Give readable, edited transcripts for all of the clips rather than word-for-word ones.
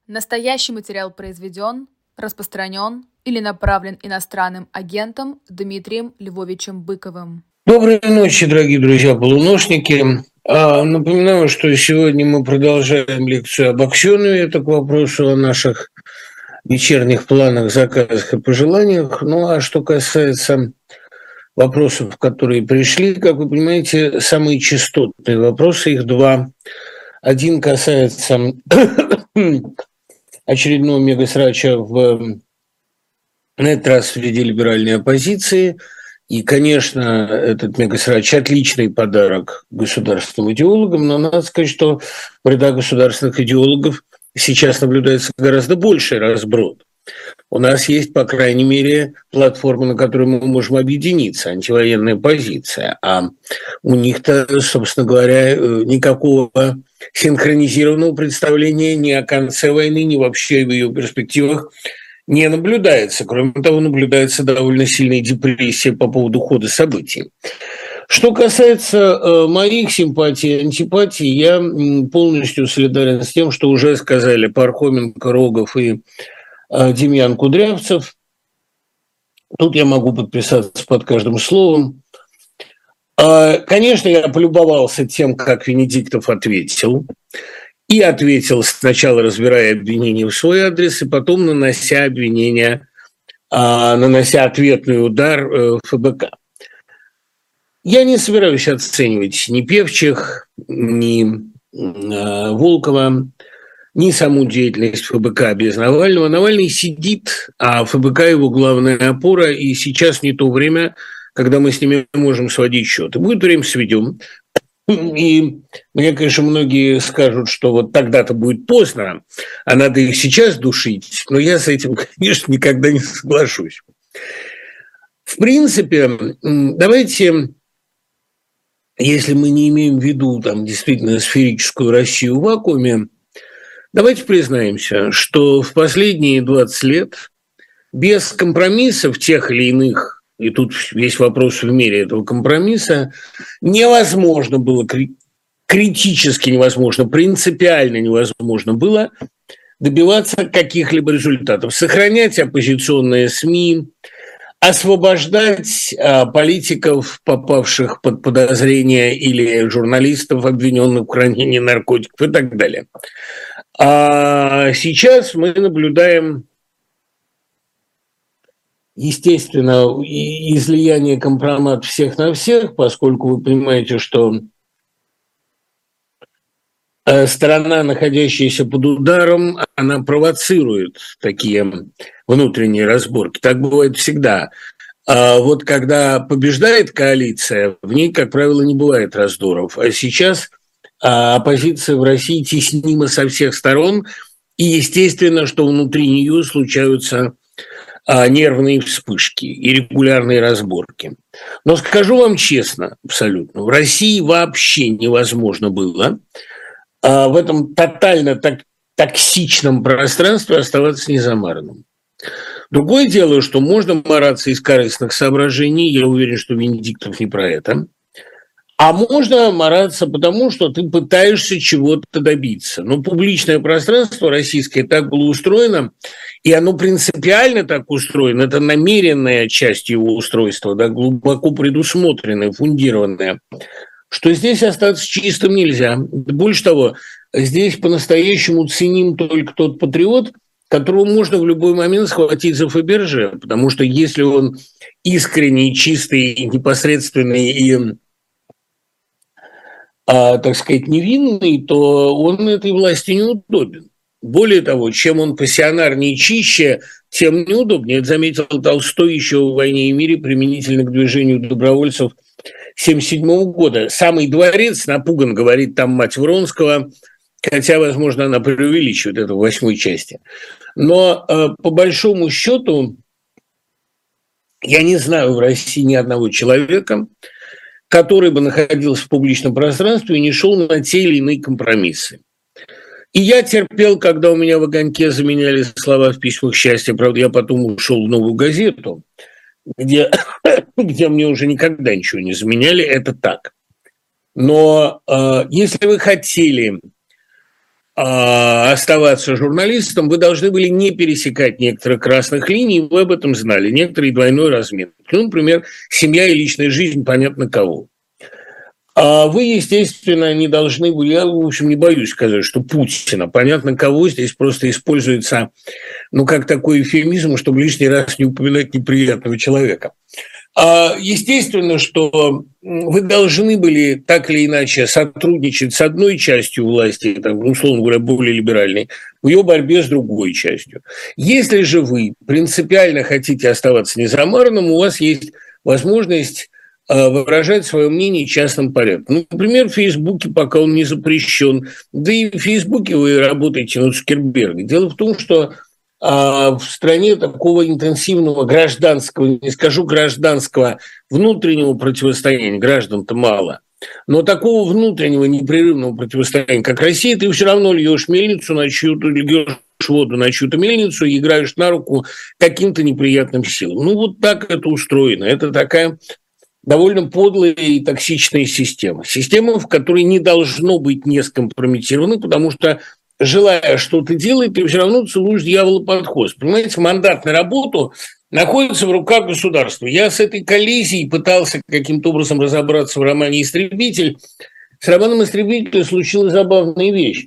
Настоящий материал произведен, распространен или направлен иностранным агентом Дмитрием Львовичем Быковым. Доброй ночи, дорогие друзья-полуношники. Напоминаю, что сегодня мы продолжаем лекцию об Аксенове. Это к вопросу о наших вечерних планах, заказах и пожеланиях. Ну, а что касается вопросов, которые пришли, как вы понимаете, самые частотные вопросы, их два. Один касается очередного мегасрача на этот раз среди либеральной оппозиции. И, конечно, этот мегасрач – отличный подарок государственным идеологам, но надо сказать, что в рядах государственных идеологов сейчас наблюдается гораздо больший разброд. У нас есть, по крайней мере, платформа, на которой мы можем объединиться, антивоенная позиция. А у них-то, собственно говоря, никакого синхронизированного представления ни о конце войны, ни вообще в ее перспективах не наблюдается. Кроме того, наблюдается довольно сильная депрессия по поводу хода событий. Что касается моих симпатий и антипатий, я полностью солидарен с тем, что уже сказали Пархоменко, Рогов и Демьян Кудрявцев. Тут я могу подписаться под каждым словом. Конечно, я полюбовался тем, как Венедиктов ответил. И ответил, сначала разбирая обвинения в свой адрес, и потом нанося обвинения, нанося ответный удар ФБК. Я не собираюсь оценивать ни Певчих, ни Волкова, ни саму деятельность ФБК без Навального. Навальный сидит, а ФБК его главная опора, и сейчас не то время, когда мы с ними можем сводить счеты. Будет время, сведем. И мне, конечно, многие скажут, что вот тогда-то будет поздно, а надо их сейчас душить, но я с этим, конечно, никогда не соглашусь. В принципе, давайте, если мы не имеем в виду там действительно сферическую Россию в вакууме, давайте признаемся, что в последние 20 лет без компромиссов тех или иных, и тут весь вопрос в мере этого компромисса, невозможно было, критически невозможно, принципиально невозможно было добиваться каких-либо результатов. Сохранять оппозиционные СМИ, освобождать политиков, попавших под подозрение, или журналистов, обвиненных в хранении наркотиков и так далее. А сейчас мы наблюдаем, естественно, излияние компромат всех на всех, поскольку вы понимаете, что сторона, находящаяся под ударом, она провоцирует такие внутренние разборки. Так бывает всегда. А вот когда побеждает коалиция, в ней, как правило, не бывает раздоров. А сейчас оппозиция в России теснима со всех сторон, и естественно, что внутри нее случаются нервные вспышки и регулярные разборки. Но скажу вам честно, абсолютно, в России вообще невозможно было в этом тотально токсичном пространстве оставаться незамаранным. Другое дело, что можно мараться из корыстных соображений, я уверен, что Венедиктов не про это, а можно мараться потому, что ты пытаешься чего-то добиться. Но публичное пространство российское так было устроено, и оно принципиально так устроено, это намеренная часть его устройства, да, глубоко предусмотренная, фундированная, что здесь остаться чистым нельзя. Больше того, здесь по-настоящему ценим только тот патриот, которого можно в любой момент схватить за Фаберже, потому что если он искренний, чистый, непосредственный и так сказать, невинный, то он этой власти неудобен. Более того, чем он пассионарнее и чище, тем неудобнее. Это заметил Толстой еще в «Войне и мире» применительно к движению добровольцев 1977 года. Самый дворец напуган, говорит там мать Вронского, хотя, возможно, она преувеличивает это в 8 части. Но по большому счету я не знаю в России ни одного человека, который бы находился в публичном пространстве и не шел на те или иные компромиссы. И я терпел, когда у меня в «Огоньке» заменяли слова в письмах счастья. Правда, я потом ушел в «Новую газету», где мне уже никогда ничего не заменяли. Это так. Но если вы хотели оставаться журналистом, вы должны были не пересекать некоторых красных линий, вы об этом знали, некоторый двойной размен. Ну, например, семья и личная жизнь, понятно кого. А вы, естественно, не должны были, я, в общем, не боюсь сказать, что Путина, понятно кого, здесь просто используется, ну, как такой эвфемизм, чтобы лишний раз не упоминать неприятного человека. Естественно, что вы должны были так или иначе сотрудничать с одной частью власти, там, условно говоря, более либеральной, в ее борьбе с другой частью. Если же вы принципиально хотите оставаться незамаранным, у вас есть возможность выражать свое мнение в частном порядке. Ну, например, в Фейсбуке, пока он не запрещен, да и в Фейсбуке вы работаете на Цукерберге. Дело в том, что в стране такого интенсивного гражданского, не скажу гражданского, внутреннего противостояния, граждан-то мало, но такого внутреннего непрерывного противостояния, как Россия, ты все равно льешь мельницу на чью-то, льешь воду на чью-то мельницу и играешь на руку каким-то неприятным силам. Ну, вот так это устроено. Это такая довольно подлая и токсичная система. Система, в которой не должно быть не скомпрометировано, потому что желая что-то делать, ты все равно целуешь дьявола под хвост. Понимаете, мандат на работу находится в руках государства. Я с этой коллизией пытался каким-то образом разобраться в романе «Истребитель». С романом «Истребитель» случилась забавная вещь.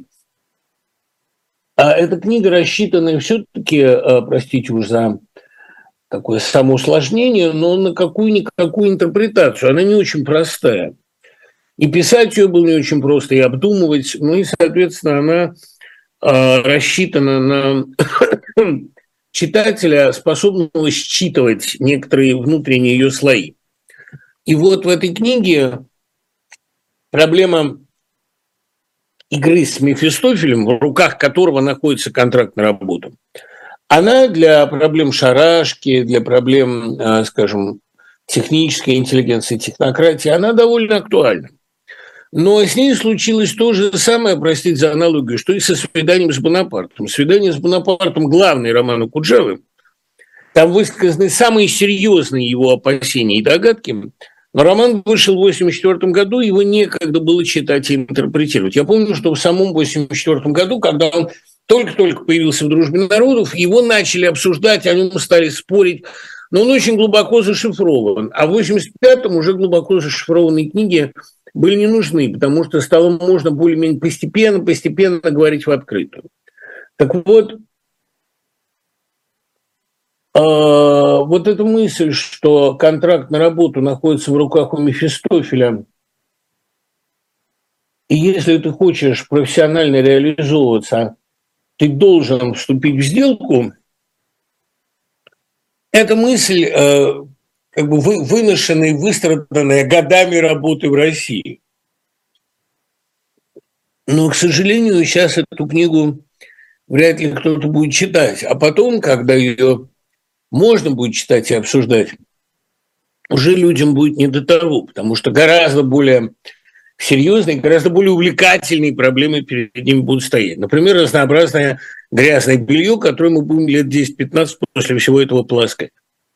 Эта книга, рассчитанная все-таки, простите уж за такое самоусложнение, но на какую-никакую интерпретацию. Она не очень простая. И писать ее было не очень просто, и обдумывать. Ну и, соответственно, она рассчитана на читателя, способного считывать некоторые внутренние ее слои. И вот в этой книге проблема игры с Мефистофелем, в руках которого находится контракт на работу, она для проблем шарашки, для проблем, скажем, технической интеллигенции, технократии, она довольно актуальна. Но с ней случилось то же самое, простите за аналогию, что и со «Свиданием с Бонапартом». «Свидание с Бонапартом» – главный роман Окуджавы. Там высказаны самые серьезные его опасения и догадки. Но роман вышел в 1984 году, его некогда было читать и интерпретировать. Я помню, что в самом 1984 году, когда он только-только появился в «Дружбе народов», его начали обсуждать, о нем стали спорить, но он очень глубоко зашифрован. А в 1985-м уже глубоко зашифрованные книги были не нужны, потому что стало можно более-менее постепенно говорить в открытую. Так вот, вот эта мысль, что контракт на работу находится в руках у Мефистофеля, и если ты хочешь профессионально реализовываться, ты должен вступить в сделку, эта мысль как бы выношенная, выстраданная годами работы в России. Но, к сожалению, сейчас эту книгу вряд ли кто-то будет читать. А потом, когда ее можно будет читать и обсуждать, уже людям будет не до того, потому что гораздо более серьезные, гораздо более увлекательные проблемы перед ними будут стоять. Например, разнообразное грязное белье, которое мы будем лет 10-15 после всего этого полоскать.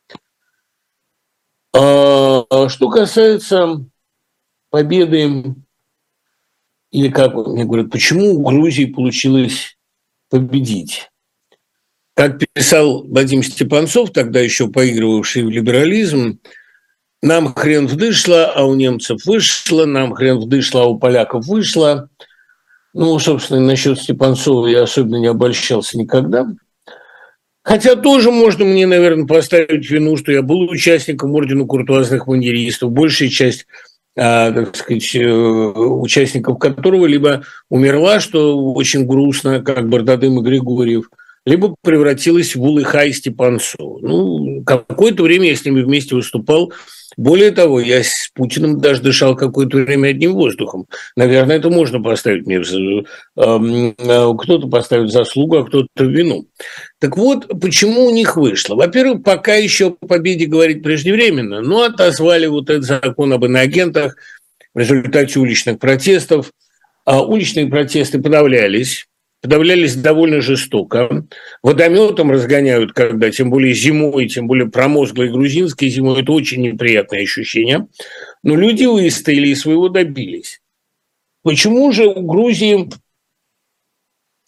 Что касается победы, или как мне говорят, почему у Грузии получилось победить? Как писал Вадим Степанцов, тогда еще поигрывавший в либерализм, нам хрен вдышло, а у немцев вышло, нам хрен вдышло, а у поляков вышло. Ну, собственно, насчет Степанцова я особенно не обольщался никогда. Хотя тоже можно мне, наверное, поставить вину, что я был участником ордена куртуазных маньеристов. Большая часть, так сказать, участников которого либо умерла, что очень грустно, как Бардадым и Григорьев, либо превратилась в Улыха и Степанцова. Ну, какое-то время я с ними вместе выступал. Более того, я с Путиным даже дышал какое-то время одним воздухом. Наверное, это можно поставить мне. Кто-то поставит заслугу, а кто-то вину. Так вот, почему у них вышло? Во-первых, пока еще о победе говорить преждевременно, но отозвали вот этот закон об иноагентах в результате уличных протестов. Уличные протесты подавлялись довольно жестоко. Водометом разгоняют, когда, тем более зимой, тем более промозглой грузинской зимой, это очень неприятное ощущение. Но люди выстояли и своего добились. Почему же у Грузии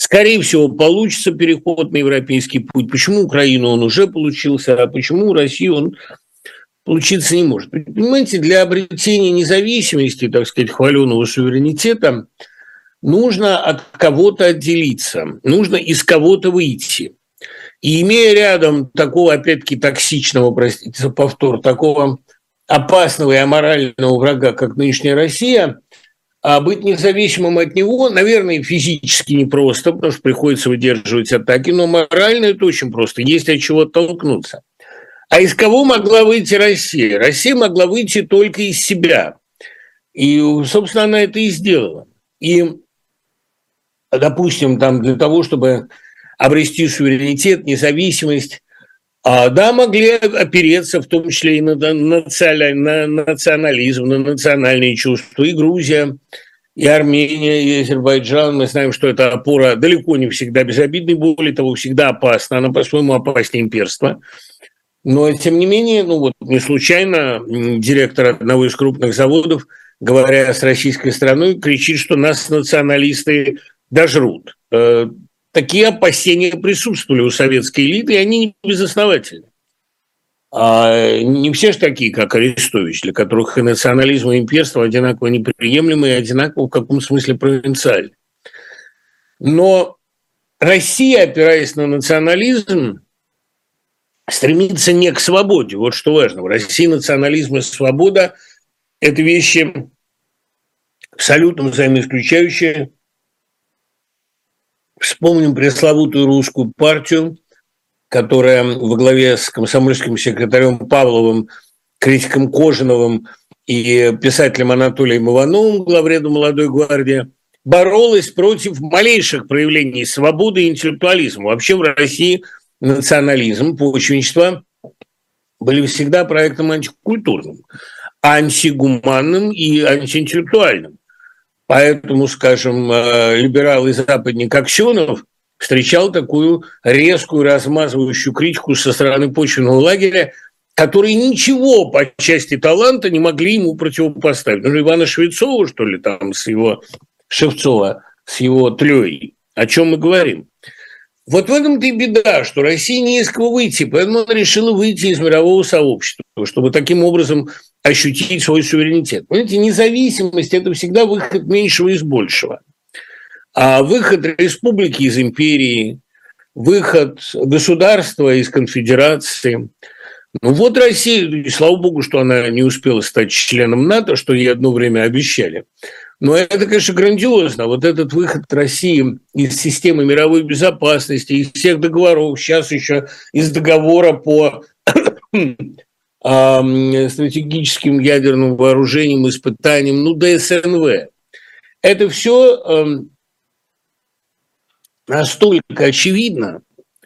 скорее всего, получится переход на европейский путь. Почему Украину он уже получился, а почему Россию он получиться не может? Понимаете, для обретения независимости, так сказать, хваленого суверенитета нужно от кого-то отделиться, нужно из кого-то выйти. И имея рядом такого, опять-таки, токсичного, простите за повтор, такого опасного и аморального врага, как нынешняя Россия, а быть независимым от него, наверное, физически непросто, потому что приходится выдерживать атаки, но морально это очень просто, есть от чего оттолкнуться. А из кого могла выйти Россия? Россия могла выйти только из себя. И, собственно, она это и сделала. И, допустим, там для того, чтобы обрести суверенитет, независимость, да, могли опереться в том числе и на национализм, на национальные чувства. И Грузия, и Армения, и Азербайджан. Мы знаем, что эта опора далеко не всегда безобидна, более того, всегда опасна. Она по-своему опаснее имперства. Но, тем не менее, не случайно директор одного из крупных заводов, говоря с российской стороной, кричит, что нас националисты дожрут. Такие опасения присутствовали у советской элиты, и они не безосновательны. Не все же такие, как Арестович, для которых и национализм, и имперство одинаково неприемлемы и одинаково в каком смысле провинциальны. Но Россия, опираясь на национализм, стремится не к свободе. Вот что важно. В России национализм и свобода – это вещи абсолютно взаимоисключающие. Вспомним пресловутую русскую партию, которая во главе с комсомольским секретарем Павловым, критиком Кожановым и писателем Анатолием Ивановым, главредом «Молодой гвардии», боролась против малейших проявлений свободы и интеллектуализма. Вообще в России национализм, почвенничество были всегда проектом антикультурным, антигуманным и антиинтеллектуальным. Поэтому, скажем, либерал и западник Аксенов встречал такую резкую, размазывающую критику со стороны почвенного лагеря, которые ничего по части таланта не могли ему противопоставить. Ну, Ивана Швецова, что ли, там, Шевцова, с его тлей. О чем мы говорим? Вот в этом-то и беда, что России не из кого выйти, поэтому она решила выйти из мирового сообщества, чтобы таким образом ощутить свой суверенитет. Понимаете, независимость – это всегда выход меньшего из большего. А выход республики из империи, выход государства из конфедерации. Ну вот Россия, и слава богу, что она не успела стать членом НАТО, что ей одно время обещали. Но это, конечно, грандиозно. Вот этот выход России из системы мировой безопасности, из всех договоров, сейчас еще из договора по стратегическим ядерным вооружениям, испытаниям, ДСНВ. Это все настолько очевидно,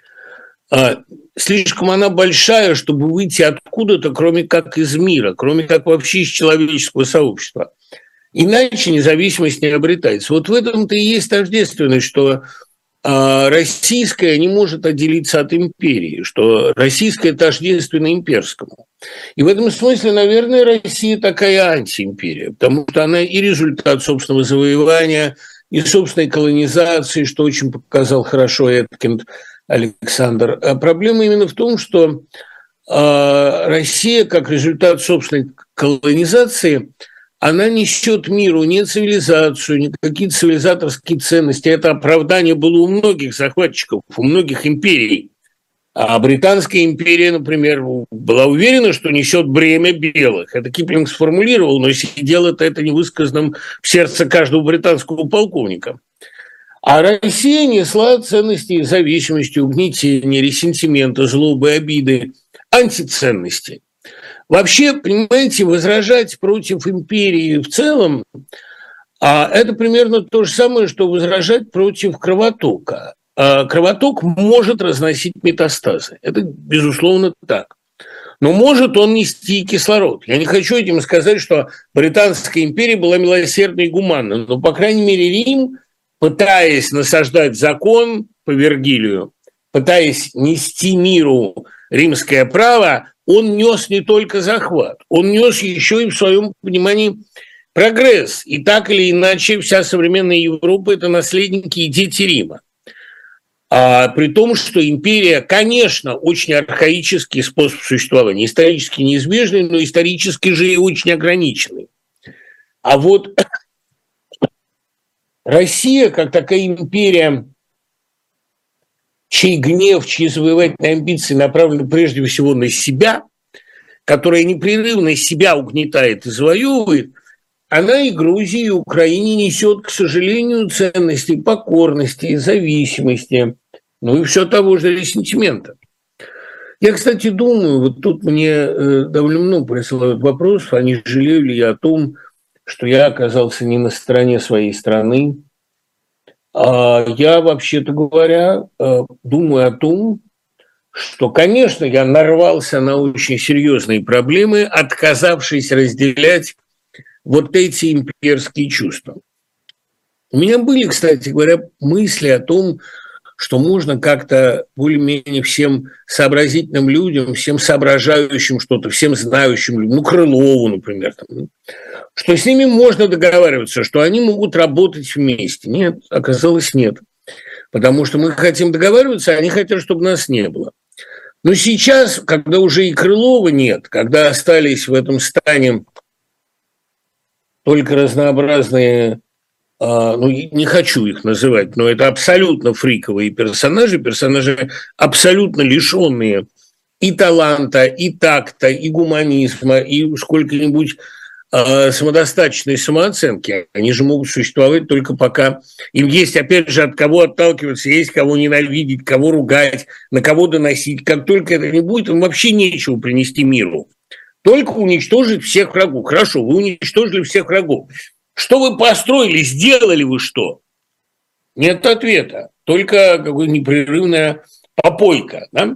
слишком она большая, чтобы выйти откуда-то, кроме как из мира, кроме как вообще из человеческого сообщества. Иначе независимость не обретается. Вот в этом-то и есть тождественность, что российское не может отделиться от империи, что российское тождественно имперскому. И в этом смысле, наверное, Россия такая антиимперия, потому что она и результат собственного завоевания, и собственной колонизации, что очень показал хорошо Эткинд Александр. А проблема именно в том, что Россия, как результат собственной колонизации, она несет миру не цивилизацию, не какие-то цивилизаторские ценности. Это оправдание было у многих захватчиков, у многих империй. А Британская империя, например, была уверена, что несет бремя белых. Это Киплинг сформулировал, но сидело-то это невысказанным в сердце каждого британского полковника. А Россия несла ценности зависимости, угнетения, ресентимента, злобы, обиды, антиценности. Вообще, понимаете, возражать против империи в целом, это примерно то же самое, что возражать против кровотока. Кровоток может разносить метастазы. Это, безусловно, так. Но может он нести кислород. Я не хочу этим сказать, что Британская империя была милосердной и гуманной. Но, по крайней мере, Рим, пытаясь насаждать закон по Вергилию, пытаясь нести миру римское право, он нес не только захват, он нес еще и в своем понимании прогресс. И так или иначе вся современная Европа – это наследники и дети Рима. При том, что империя, конечно, очень архаический способ существования, исторически неизбежный, но исторически же и очень ограниченный. А вот Россия, как такая империя, чей гнев, чьи завоевательные амбиции направлены прежде всего на себя, которая непрерывно себя угнетает и завоевывает, она и Грузии, и Украине несет, к сожалению, ценности покорности, зависимости, ну и все того же ресентимента. Я, кстати, думаю, вот тут мне довольно много присылают вопросов, а не жалею ли я о том, что я оказался не на стороне своей страны. Я, вообще-то говоря, думаю о том, что, конечно, я нарвался на очень серьезные проблемы, отказавшись разделять вот эти имперские чувства. У меня были, кстати говоря, мысли о том, что можно как-то более-менее всем сообразительным людям, всем соображающим что-то, всем знающим людям, ну, Крылову, например, там, что с ними можно договариваться, что они могут работать вместе. Нет, оказалось, нет. Потому что мы хотим договариваться, а они хотят, чтобы нас не было. Но сейчас, когда уже и Крылова нет, когда остались в этом стане только разнообразные, ну, не хочу их называть, но это абсолютно фриковые персонажи абсолютно лишенные и таланта, и такта, и гуманизма, и сколько-нибудь самодостаточной самооценки. Они же могут существовать только пока им есть, опять же, от кого отталкиваться, есть кого ненавидеть, кого ругать, на кого доносить. Как только это не будет, им вообще нечего принести миру. Только уничтожить всех врагов. Хорошо, вы уничтожили всех врагов. Что вы построили, сделали вы что? Нет ответа. Только какая-то непрерывная попойка. Да?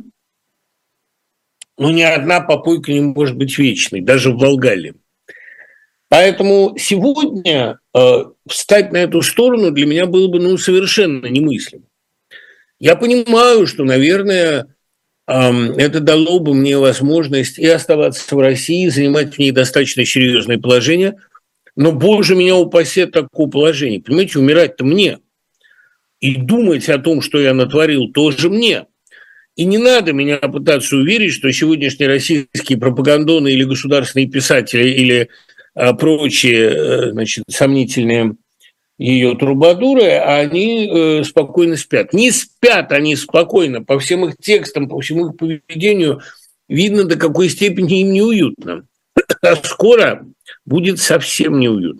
Но ни одна попойка не может быть вечной, даже в Волгале. Поэтому сегодня встать на эту сторону для меня было бы совершенно немыслимо. Я понимаю, что, наверное, это дало бы мне возможность и оставаться в России, занимать в ней достаточно серьезное положение, но, боже меня упаси от такого положения. Понимаете, умирать-то мне. И думать о том, что я натворил, тоже мне. И не надо меня пытаться уверить, что сегодняшние российские пропагандоны или государственные писатели, или прочие, значит, сомнительные ее трубадуры, они спокойно спят. Не спят они спокойно. По всем их текстам, по всему их поведению видно, до какой степени им неуютно. А скоро будет совсем неуютно.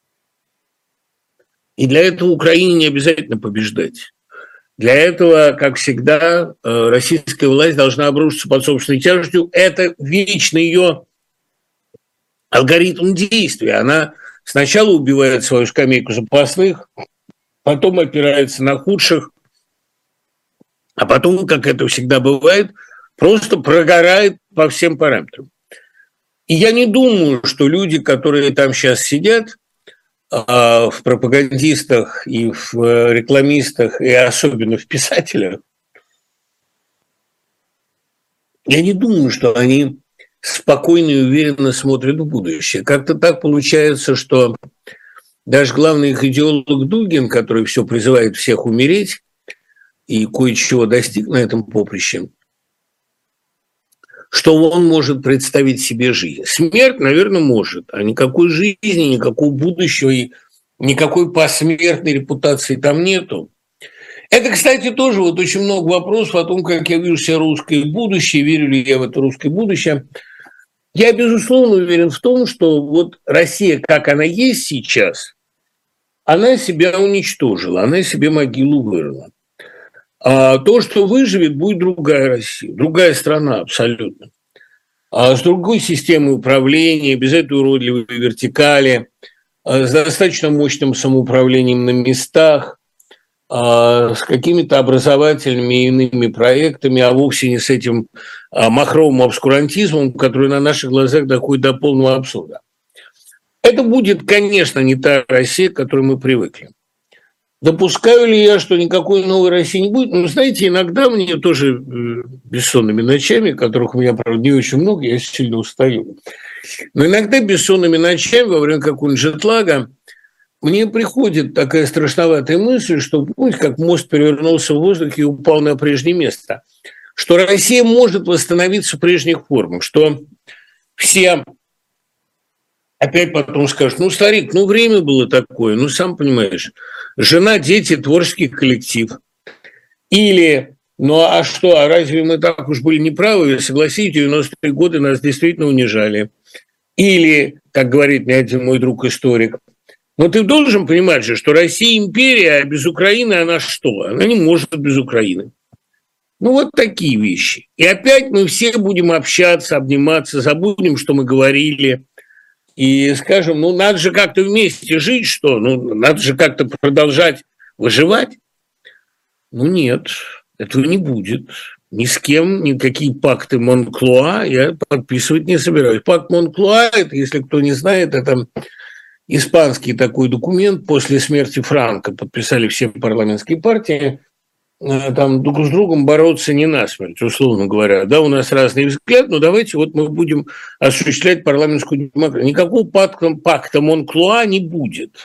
И для этого Украине не обязательно побеждать. Для этого, как всегда, российская власть должна обрушиться под собственной тяжестью. Это вечный ее алгоритм действия. Она сначала убивает свою скамейку запасных, потом опирается на худших, а потом, как это всегда бывает, просто прогорает по всем параметрам. И я не думаю, что люди, которые там сейчас сидят, в пропагандистах и в рекламистах, и особенно в писателях, я не думаю, что они спокойно и уверенно смотрят в будущее. Как-то так получается, что даже главный их идеолог Дугин, который все призывает всех умереть и кое-чего достиг на этом поприще, что он может представить себе жизнь. Смерть, наверное, может, а никакой жизни, никакого будущего и никакой посмертной репутации там нету. Это, кстати, тоже вот очень много вопросов о том, как я вижу себе русское будущее, верю ли я в это русское будущее. Я, безусловно, уверен в том, что вот Россия, как она есть сейчас, она себя уничтожила, она себе могилу вырыла. А то, что выживет, будет другая Россия, другая страна абсолютно. С другой системой управления, без этой уродливой вертикали, с достаточно мощным самоуправлением на местах, с какими-то образовательными и иными проектами, а вовсе не с этим махровым обскурантизмом, который на наших глазах доходит до полного абсурда. Это будет, конечно, не та Россия, к которой мы привыкли. Допускаю ли я, что никакой новой России не будет? Ну, знаете, иногда мне тоже бессонными ночами, которых у меня, правда, не очень много, я сильно устаю, но иногда бессонными ночами во время какого-нибудь джетлага мне приходит такая страшноватая мысль, что, помните, как мост перевернулся в воздухе и упал на прежнее место, что Россия может восстановиться в прежних формах, что все опять потом скажут, ну, старик, ну, время было такое, ну, сам понимаешь, жена, дети, творческий коллектив. Или, ну, а что, а разве мы так уж были неправы? Согласитесь, 90-е годы нас действительно унижали. Или, как говорит мне один мой друг-историк, но ты должен понимать же, что Россия империя, а без Украины она что? Она не может без Украины. Ну, вот такие вещи. И опять мы все будем общаться, обниматься, забудем, что мы говорили, и скажем, ну, надо же как-то вместе жить, что? Ну, надо же как-то продолжать выживать. Ну, нет, этого не будет. Ни с кем, никакие пакты Монклуа я подписывать не собираюсь. Пакт Монклуа, это, если кто не знает, это испанский такой документ. После смерти Франко подписали все парламентские партии. Там друг с другом бороться не насмерть, условно говоря. Да, у нас разный взгляд, но давайте вот мы будем осуществлять парламентскую демократию. Никакого пакта Монклуа не будет.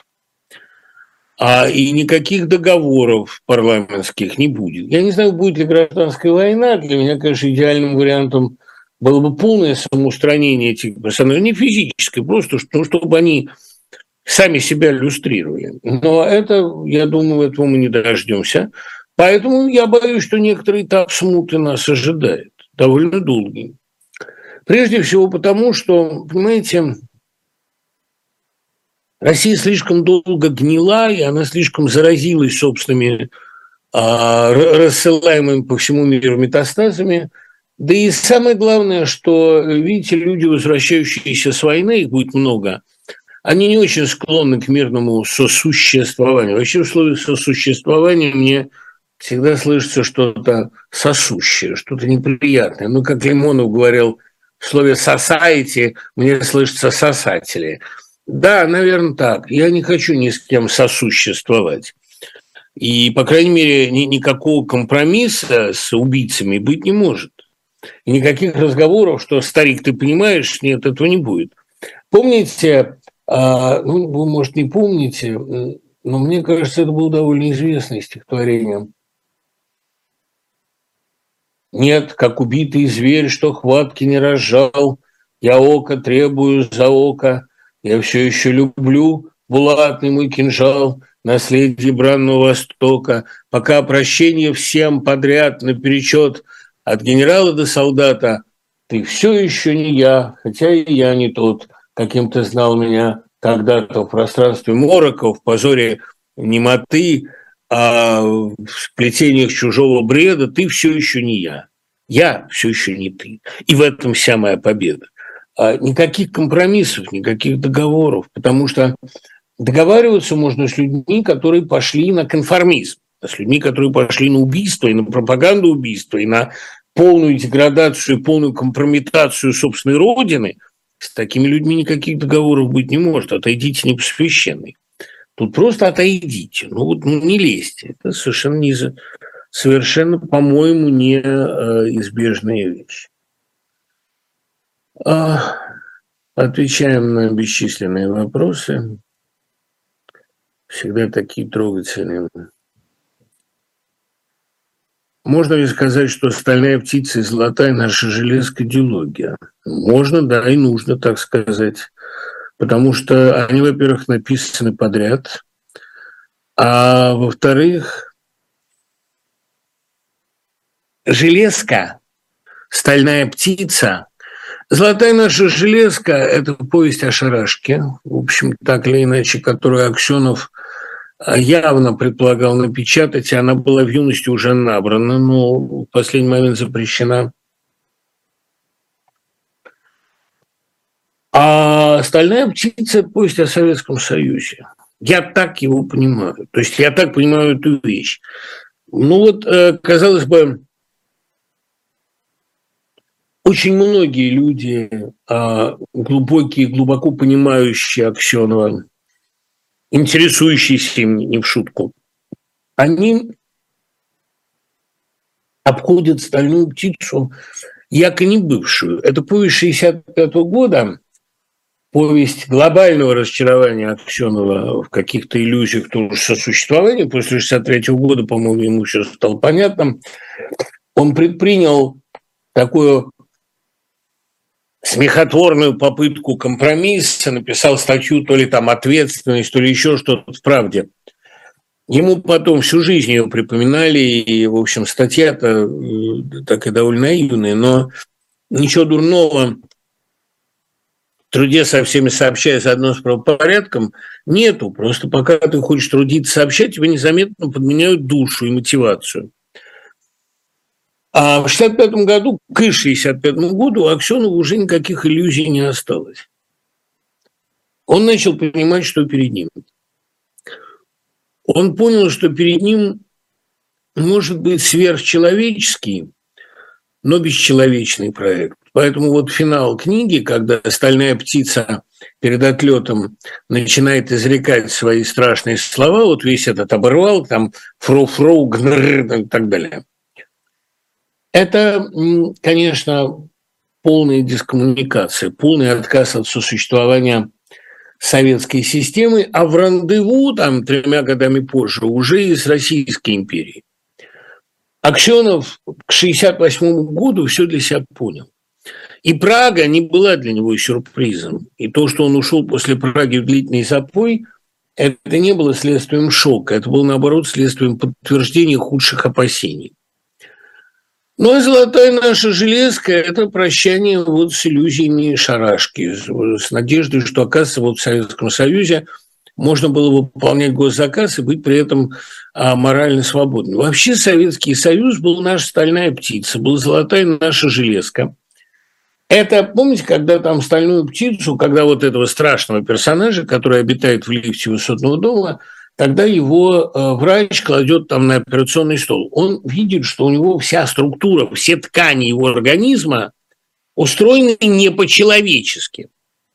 И никаких договоров парламентских не будет. Я не знаю, будет ли гражданская война. Для меня, конечно, идеальным вариантом было бы полное самоустранение этих персонажей. Не физическое, просто чтобы они сами себя иллюстрировали. Но это, я думаю, этого мы не дождемся. Поэтому я боюсь, что некоторый этап смуты нас ожидает, довольно долгий. Прежде всего потому, что, понимаете, Россия слишком долго гнила, и она слишком заразилась собственными рассылаемыми по всему миру метастазами. Да и самое главное, что, видите, люди, возвращающиеся с войны, их будет много, они не очень склонны к мирному сосуществованию. Вообще в слове «сосуществование» мне всегда слышится что-то сосущее, что-то неприятное. Ну, как Лимонов говорил, в слове «society» мне слышатся «сосатели». Да, наверное, так. Я не хочу ни с кем сосуществовать. И, по крайней мере, никакого компромисса с убийцами быть не может. И никаких разговоров, что, старик, ты понимаешь, нет, этого не будет. Помните, ну, вы, может, не помните, но мне кажется, это было довольно известное стихотворение. Нет, как убитый зверь, что хватки не разжал, я око требую за око, я все еще люблю булатный мой кинжал, наследие бранного Востока, пока прощение всем подряд наперечет, от генерала до солдата, ты все еще не я, хотя и я не тот, каким ты знал меня когда-то в пространстве морока, в позоре немоты, а в сплетениях чужого бреда, ты все еще не я все еще не ты. И в этом вся моя победа. Никаких компромиссов, никаких договоров, потому что договариваться можно с людьми, которые пошли на конформизм, с людьми, которые пошли на убийство, и на пропаганду убийства, и на полную деградацию, и полную компрометацию собственной родины. С такими людьми никаких договоров быть не может. Отойдите не по священной. Тут просто отойдите. Не лезьте. Это совершенно, по-моему, неизбежная вещь. Отвечаем на бесчисленные вопросы. Всегда такие трогательные. Можно ли сказать, что «Стальная птица» и «Золотая наша железка» – дилогия? Можно, да, и нужно так сказать. Потому что они, во-первых, написаны подряд, а во-вторых, железка, «Стальная птица», «Золотая наша железка» – это повесть о шарашке, в общем, так или иначе, которую Аксенов явно предполагал напечатать, и она была в юности уже набрана, но в последний момент запрещена. А «Стальная птица» – это повесть о Советском Союзе. Я так его понимаю. То есть я так понимаю эту вещь. Казалось бы, очень многие люди, глубокие, глубоко понимающие Аксенова, интересующиеся им не в шутку, они обходят «Стальную птицу», яко не бывшую. Это повесть 1965 года, повесть глобального разочарования Аксенова в каких-то иллюзиях тоже сосуществования. После 1963 года, по-моему, ему все стало понятно. Он предпринял такую смехотворную попытку компромисса, написал статью, то ли там «Ответственность», то ли еще что-то в «Правде». Ему потом всю жизнь ее припоминали, и, в общем, статья-то такая довольно наивная, но ничего дурного в труде со всеми сообщая заодно с правопорядком нету. Просто пока ты хочешь трудиться сообщать, тебе незаметно подменяют душу и мотивацию. А в 1965 году, к 1965 году, у Аксенова уже никаких иллюзий не осталось. Он начал понимать, что перед ним. Он понял, что перед ним может быть сверхчеловеческий, но бесчеловечный проект. Поэтому вот финал книги, когда стальная птица перед отлетом начинает изрекать свои страшные слова, вот весь этот оборвал, там фроу-фроу, гнррр и так далее. Это, конечно, полная дискоммуникация, полный отказ от сосуществования советской системы, а в рандеву, там, 3 годами позже, уже и с Российской империей. Аксенов к 1968 году все для себя понял. И Прага не была для него сюрпризом. И то, что он ушел после Праги в длительный запой, это не было следствием шока, это было, наоборот, следствием подтверждения худших опасений. Ну, и «Золотая наша железка» – это прощание вот с иллюзиями шарашки, с надеждой, что, оказывается, вот в Советском Союзе можно было выполнять госзаказ и быть при этом морально свободным. Вообще Советский Союз был наша стальная птица, был «Золотая наша железка». Это, помните, когда там стальную птицу, когда вот этого страшного персонажа, который обитает в лифте высотного дома, тогда его врач кладет там на операционный стол. Он видит, что у него вся структура, все ткани его организма устроены не по-человечески.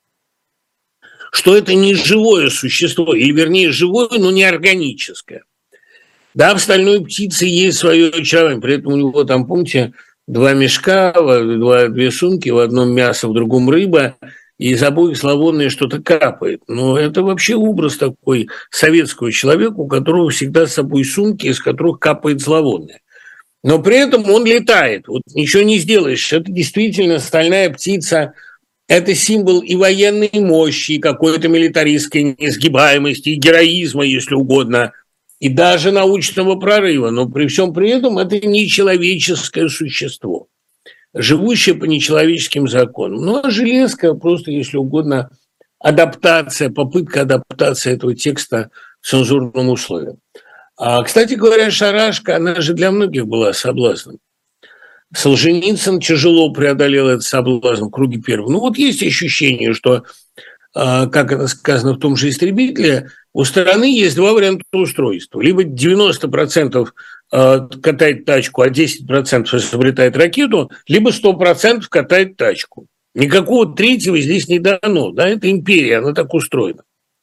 Что это не живое существо, или вернее живое, но не органическое. Да, в стальной птице есть свое очарование, при этом у него там, помните, 2 мешка, 2 сумки, в одном мясо, в другом рыба, и из обоих славонное что-то капает. Но это вообще образ такой советского человека, у которого всегда с собой сумки, из которых капает зловонное. Но при этом он летает, вот ничего не сделаешь. Это действительно стальная птица, это символ и военной мощи, и какой-то милитаристской несгибаемости, и героизма, если угодно, и даже научного прорыва. Но при всем при этом это не человеческое существо, живущее по нечеловеческим законам. Ну, а железка просто, если угодно, адаптация, попытка адаптации этого текста к цензурным условиям. Кстати говоря, шарашка, она же для многих была соблазном. Солженицын тяжело преодолел этот соблазн в круге первого. Ну, вот есть ощущение, что, как это сказано в том же «Истребителе», у страны есть 2 варианта устройства. Либо 90% катает тачку, а 10% изобретает ракету, либо 100% катает тачку. Никакого третьего здесь не дано. Да? Это империя, она так устроена.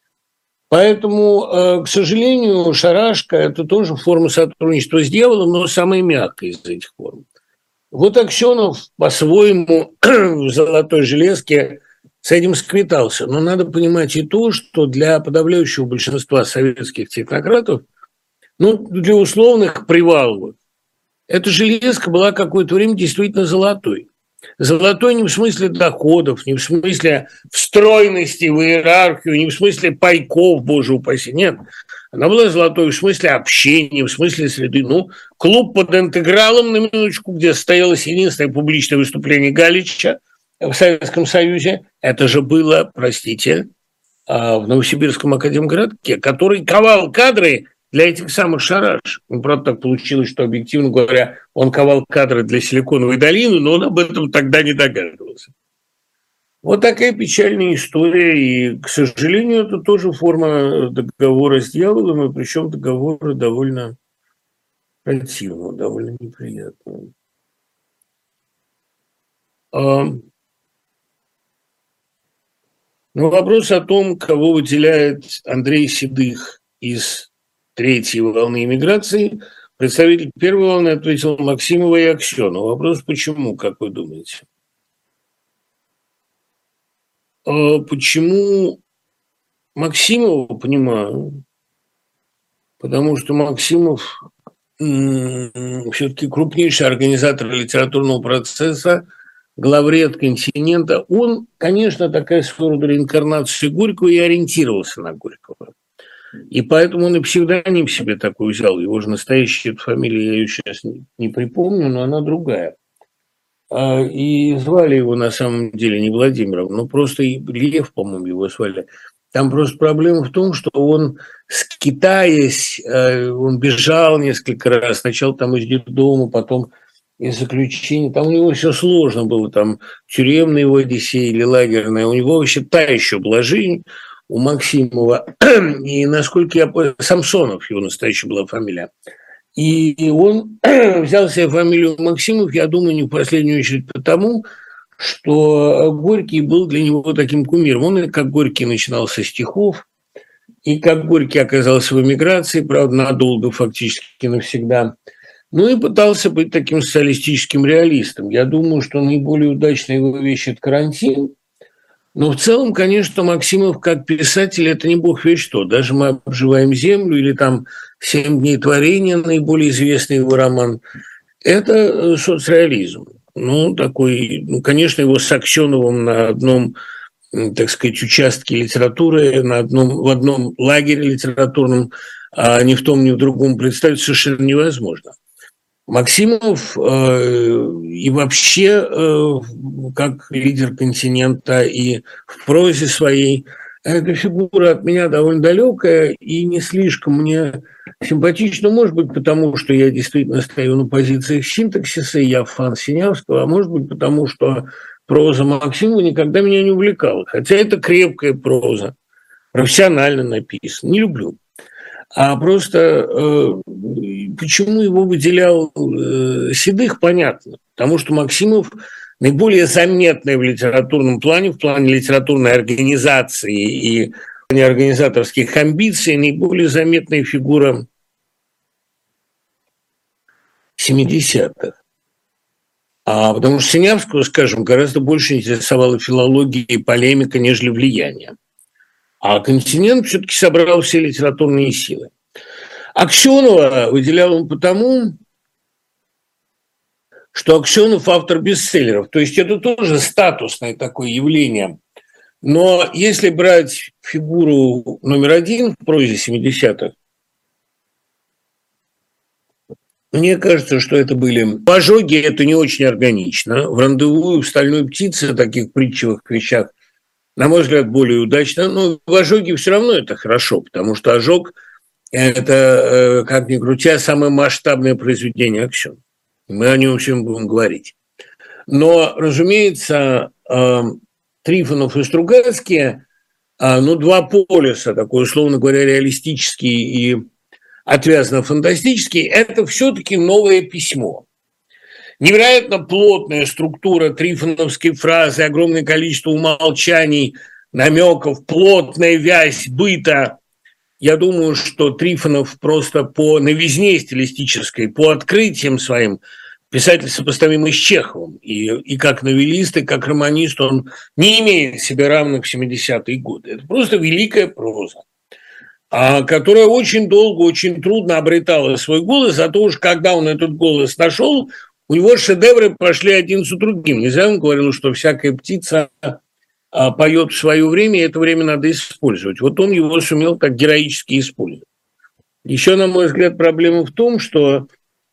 Поэтому, к сожалению, шарашка – это тоже форма сотрудничества с дьяволом, но самая мягкая из этих форм. Вот Аксенов по-своему в «Золотой железке» с этим сквитался. Но надо понимать и то, что для подавляющего большинства советских технократов, ну, для условных Приваловых, эта железка была какое-то время действительно золотой. Золотой не в смысле доходов, не в смысле встроенности в иерархию, не в смысле пайков, боже упаси, нет. Она была золотой в смысле общения, в смысле среды. Ну, клуб под интегралом, на минуточку, где состоялось единственное публичное выступление Галича в Советском Союзе, это же было, простите, в Новосибирском академгородке, который ковал кадры для этих самых шараш. Ну, правда, так получилось, что, объективно говоря, он ковал кадры для Силиконовой долины, но он об этом тогда не догадывался. Вот такая печальная история, и, к сожалению, это тоже форма договора с дьяволом, и причем договора довольно противного, довольно неприятного. Но вопрос о том, кого выделяет Андрей Седых из третьей волны иммиграции, представитель первой волны ответил Максимова и Аксенова. Вопрос почему, как вы думаете? почему Максимова понимаю, потому что Максимов все-таки крупнейший организатор литературного процесса, главред «Континента». Он, конечно, такая своего рода реинкарнация Горького и ориентировался на Горького. И поэтому он и псевдоним себе такой взял. Его же настоящая фамилия, я ее сейчас не припомню, но она другая. И звали его на самом деле не Владимиром, но просто Лев, по-моему, его звали. Там просто проблема в том, что он, скитаясь, он бежал несколько раз. Сначала там из детдома, потом из заключения. Там у него все сложно было. Там тюремная его Одиссея или лагерная. У него вообще та еще была жизнь у Максимова. И, насколько я понял, Самсонов его настоящая была фамилия. И он взял себе фамилию Максимов, я думаю, не в последнюю очередь потому, что Горький был для него таким кумиром. Он, как Горький, начинал со стихов, и как Горький оказался в эмиграции, правда, надолго, фактически навсегда, ну и пытался быть таким социалистическим реалистом. Я думаю, что наиболее удачная его вещь – это «Карантин». Но в целом, конечно, Максимов как писатель – это не бог весть что. Даже «Мы обживаем землю» или там «7 дней творения», наиболее известный его роман – это соцреализм. Ну, такой, ну, конечно, его с Аксеновым на одном, так сказать, участке литературы, в одном лагере литературном, а ни в том, ни в другом представить совершенно невозможно. Максимов и вообще как лидер «Континента» и в прозе своей, эта фигура от меня довольно далекая и не слишком мне симпатична, может быть, потому что я действительно стою на позициях синтаксиса, и я фан Синявского, а может быть, потому что проза Максимова никогда меня не увлекала. Хотя это крепкая проза, профессионально написана, не люблю. А просто почему его выделял Седых, понятно. Потому что Максимов наиболее заметный в литературном плане, в плане литературной организации и в плане организаторских амбиций, наиболее заметная фигура 70-х. Потому что Синявского, скажем, гораздо больше интересовала филология и полемика, нежели влияние. А «Континент» все-таки собрал все литературные силы. Аксенова выделял он потому, что Аксенов автор бестселлеров. То есть это тоже статусное такое явление. Но если брать фигуру номер один в прозе 70-х, мне кажется, что это были... В «Ожоге» это не очень органично. В «Рандеву» и в «Стальной птице», таких притчевых вещах, на мой взгляд, более удачно. Но в «Ожоге» все равно это хорошо, потому что «Ожог» – это, как ни крутя, самое масштабное произведение Аксенова. Мы о нем всем будем говорить. Но, разумеется, Трифонов и Стругацкий, два полюса, такой, условно говоря, реалистический и отвязно-фантастический, это все-таки новое письмо. Невероятно плотная структура трифоновской фразы, огромное количество умолчаний, намеков, плотная вязь быта. Я думаю, что Трифонов просто по новизне стилистической, по открытиям своим, писатель сопоставимый с Чеховым. И как новеллист, и как романист он не имеет себе равных в 70-е годы. Это просто великая проза, которая очень долго, очень трудно обретала свой голос, зато уж когда он этот голос нашел, у него шедевры пошли один за другим. Нельзя, он говорил, что всякая птица поет в свое время, и это время надо использовать. Вот он его сумел так героически использовать. Еще, на мой взгляд, проблема в том, что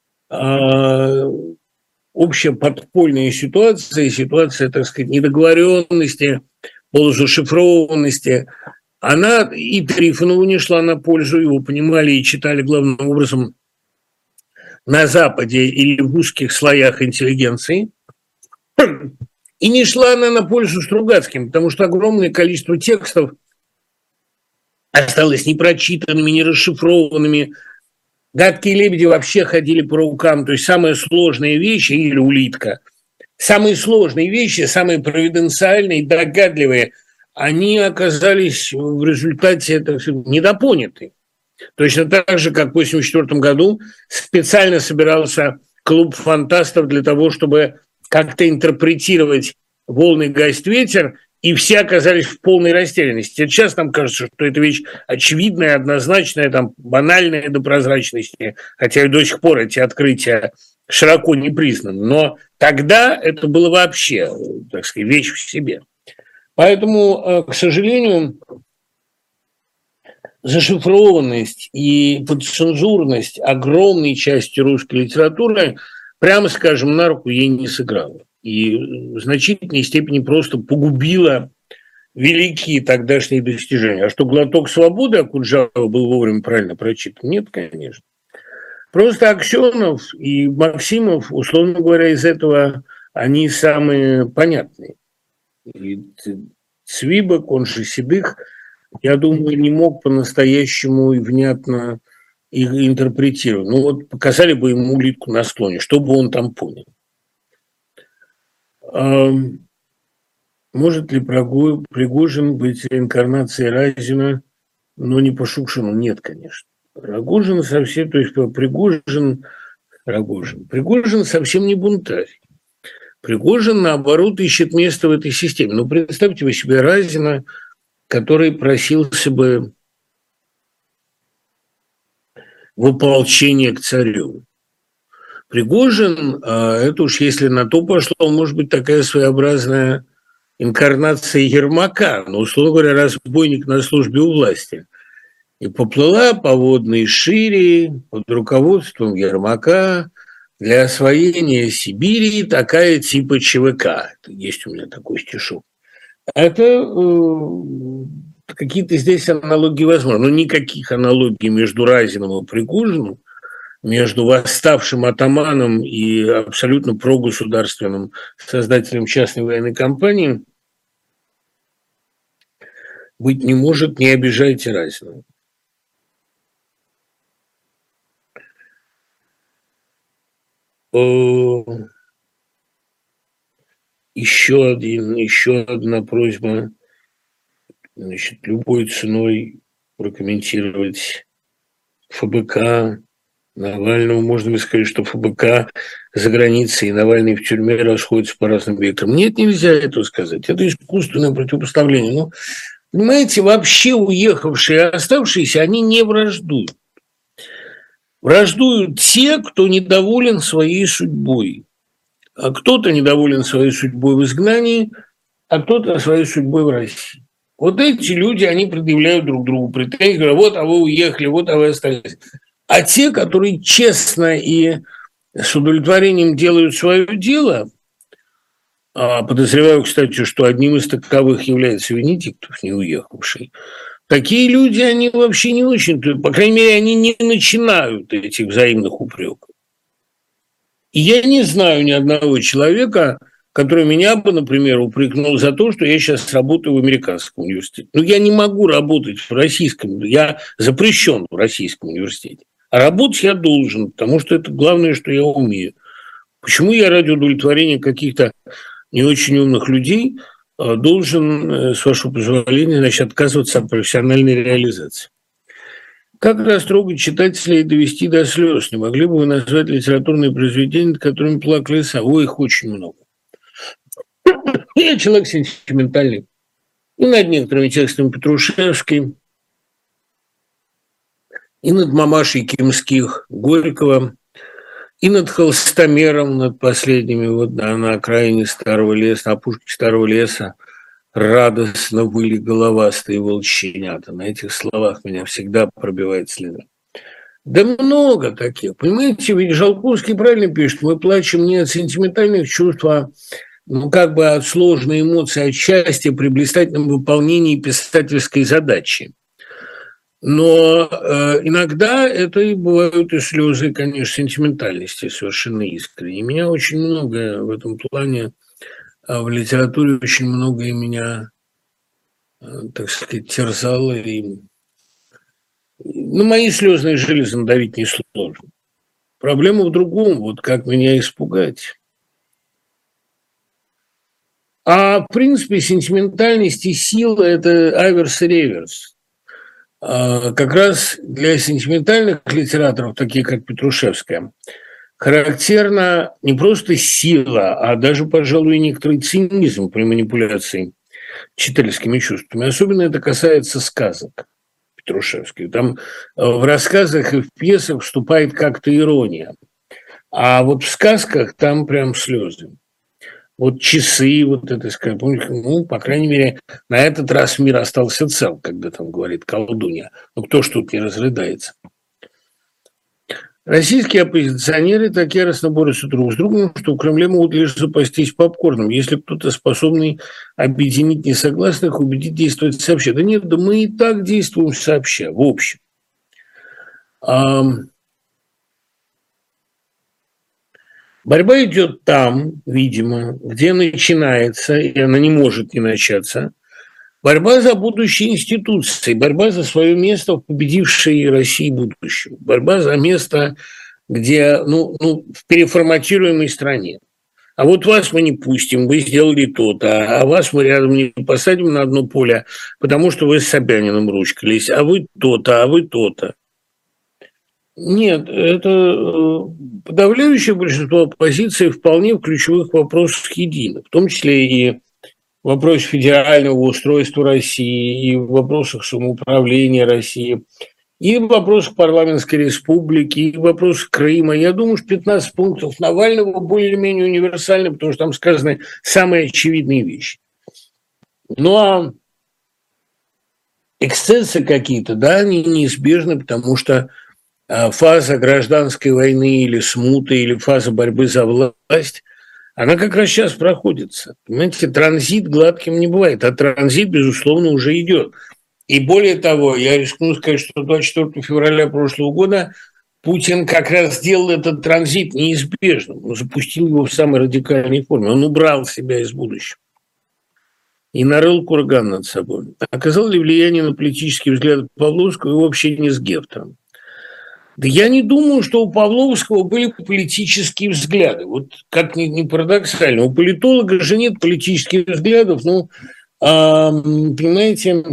общая подпольная ситуация, так сказать, недоговоренности, полузашифрованности, она и Трифонову не шла на пользу, его понимали и читали главным образом на Западе или в узких слоях интеллигенции. И не шла она на пользу Стругацким, потому что огромное количество текстов осталось непрочитанными, не расшифрованными. «Гадкие лебеди» вообще ходили по рукам. То есть самые сложные вещи, или «Улитка», самые сложные вещи, самые провиденциальные, догадливые, они оказались в результате недопоняты. Точно так же, как в 1984 году специально собирался клуб фантастов для того, чтобы как-то интерпретировать «Волны, гость, ветер» и все оказались в полной растерянности. Сейчас нам кажется, что это вещь очевидная, однозначная, там, банальная до прозрачности, хотя и до сих пор эти открытия широко не признаны. Но тогда это было вообще, так сказать, вещь в себе. Поэтому, к сожалению, зашифрованность и подцензурность огромной части русской литературы, прямо скажем, на руку ей не сыграла. И в значительной степени просто погубила великие тогдашние достижения. А что «Глоток свободы» Акуджава был вовремя правильно прочитан? Нет, конечно. Просто Аксенов и Максимов, условно говоря, из этого они самые понятные. И Цвибок, он же Седых, я думаю, не мог по-настоящему и внятно их интерпретировать. Ну вот показали бы ему улитку на склоне, что бы он там понял. Может ли Пригожин быть реинкарнацией Разина, но не по Шукшину? Нет, конечно. Рогожин совсем, то есть Пригожин совсем не бунтарь. Пригожин, наоборот, ищет место в этой системе. Ну, представьте вы себе Разина, который просился бы в ополчение к царю. Пригожин, это уж если на то пошло, он может быть такая своеобразная инкарнация Ермака, но, условно говоря, разбойник на службе у власти. И поплыла по водной шире под руководством Ермака для освоения Сибири такая типа ЧВК. Это есть у меня такой стишок. Это какие-то здесь аналогии возможны. Но никаких аналогий между Разиным и Пригожиным, между восставшим атаманом и абсолютно прогосударственным создателем частной военной компании быть не может, не обижайте Разина. Еще одна просьба, значит, любой ценой прокомментировать ФБК Навального. Можно ли сказать, что ФБК за границей и Навальный в тюрьме расходятся по разным векторам? Нет, нельзя этого сказать. Это искусственное противопоставление. Но, понимаете, вообще уехавшие и оставшиеся, они не враждуют. Враждуют те, кто недоволен своей судьбой. А кто-то недоволен своей судьбой в изгнании, а кто-то своей судьбой в России. Вот эти люди, они предъявляют друг другу претензии, говорят, вот, а вы уехали, вот, а вы остались. А те, которые честно и с удовлетворением делают свое дело, подозреваю, кстати, что одним из таковых является Венедиктов, не уехавший, такие люди, они вообще не очень, по крайней мере, они не начинают этих взаимных упреков. И я не знаю ни одного человека, который меня бы, например, упрекнул за то, что я сейчас работаю в американском университете. Ну, я не могу работать в российском, я запрещен в российском университете. А работать я должен, потому что это главное, что я умею. Почему я ради удовлетворения каких-то не очень умных людей должен, с вашего позволения, значит, отказываться от профессиональной реализации? Как растрогать читателей и довести до слез? Не могли бы вы назвать литературные произведения, над которыми плакали сами? Ой, их очень много. Я человек сентиментальный. И над некоторыми текстами Петрушевской, и над мамашей Кимских, Горького, и над Холстомером, над последними, вот да, на окраине Старого леса, на опушке Старого леса, радостно выли головастые волченята. На этих словах меня всегда пробивает слеза. Да много таких. Понимаете, ведь Жалковский правильно пишет, мы плачем не от сентиментальных чувств, а как бы от сложной эмоции, от счастья при блистательном выполнении писательской задачи. Но иногда это и бывают и слезы, конечно, сентиментальности совершенно искренние. Меня очень много в этом плане, в литературе очень многое меня, так сказать, терзало. И мои слезные железы надавить несложно. Проблема в другом, вот как меня испугать. А в принципе сентиментальность и сила – это аверс и реверс. Как раз для сентиментальных литераторов, таких как Петрушевская, характерна не просто сила, а даже, пожалуй, некоторый цинизм при манипуляции читательскими чувствами. Особенно это касается сказок Петрушевских. Там в рассказах и в пьесах вступает как-то ирония. А вот в сказках там прям слезы. Вот часы, вот это, скажем, ну, по крайней мере, на этот раз мир остался цел, когда там говорит колдунья. Ну, кто ж тут не разрыдается? Российские оппозиционеры так яростно борются друг с другом, что в Кремле могут лишь запастись попкорном. Если кто-то способный объединить несогласных, убедить действовать сообща. Да нет, да мы и так действуем сообща, в общем. Борьба идет там, видимо, где начинается, и она не может не начаться. Борьба за будущие институции, борьба за свое место в победившей России будущем, борьба за место, где, в переформатируемой стране. А вот вас мы не пустим, вы сделали то-то, а вас мы рядом не посадим на одно поле, потому что вы с Собяниным ручкались, а вы то-то, а вы то-то. Нет, это подавляющее большинство оппозиции вполне в ключевых вопросах едино, в том числе и в вопросе федерального устройства России, и в вопросах самоуправления России, и в вопросах парламентской республики, и в вопросах Крыма. Я думаю, что 15 пунктов Навального более-менее универсальны, потому что там сказаны самые очевидные вещи. Ну а эксцессы какие-то, да, они неизбежны, потому что фаза гражданской войны или смуты, или фаза борьбы за власть, она как раз сейчас проходится. Понимаете, транзит гладким не бывает, а транзит, безусловно, уже идет. И более того, я рискну сказать, что 24 февраля прошлого года Путин как раз сделал этот транзит неизбежным. Он запустил его в самой радикальной форме. Он убрал себя из будущего и нарыл курган над собой. Оказал ли влияние на политические взгляды Павловского и его общение с Гефтером? Да я не думаю, что у Павловского были политические взгляды. Вот как ни парадоксально. У политолога же нет политических взглядов. Ну, понимаете,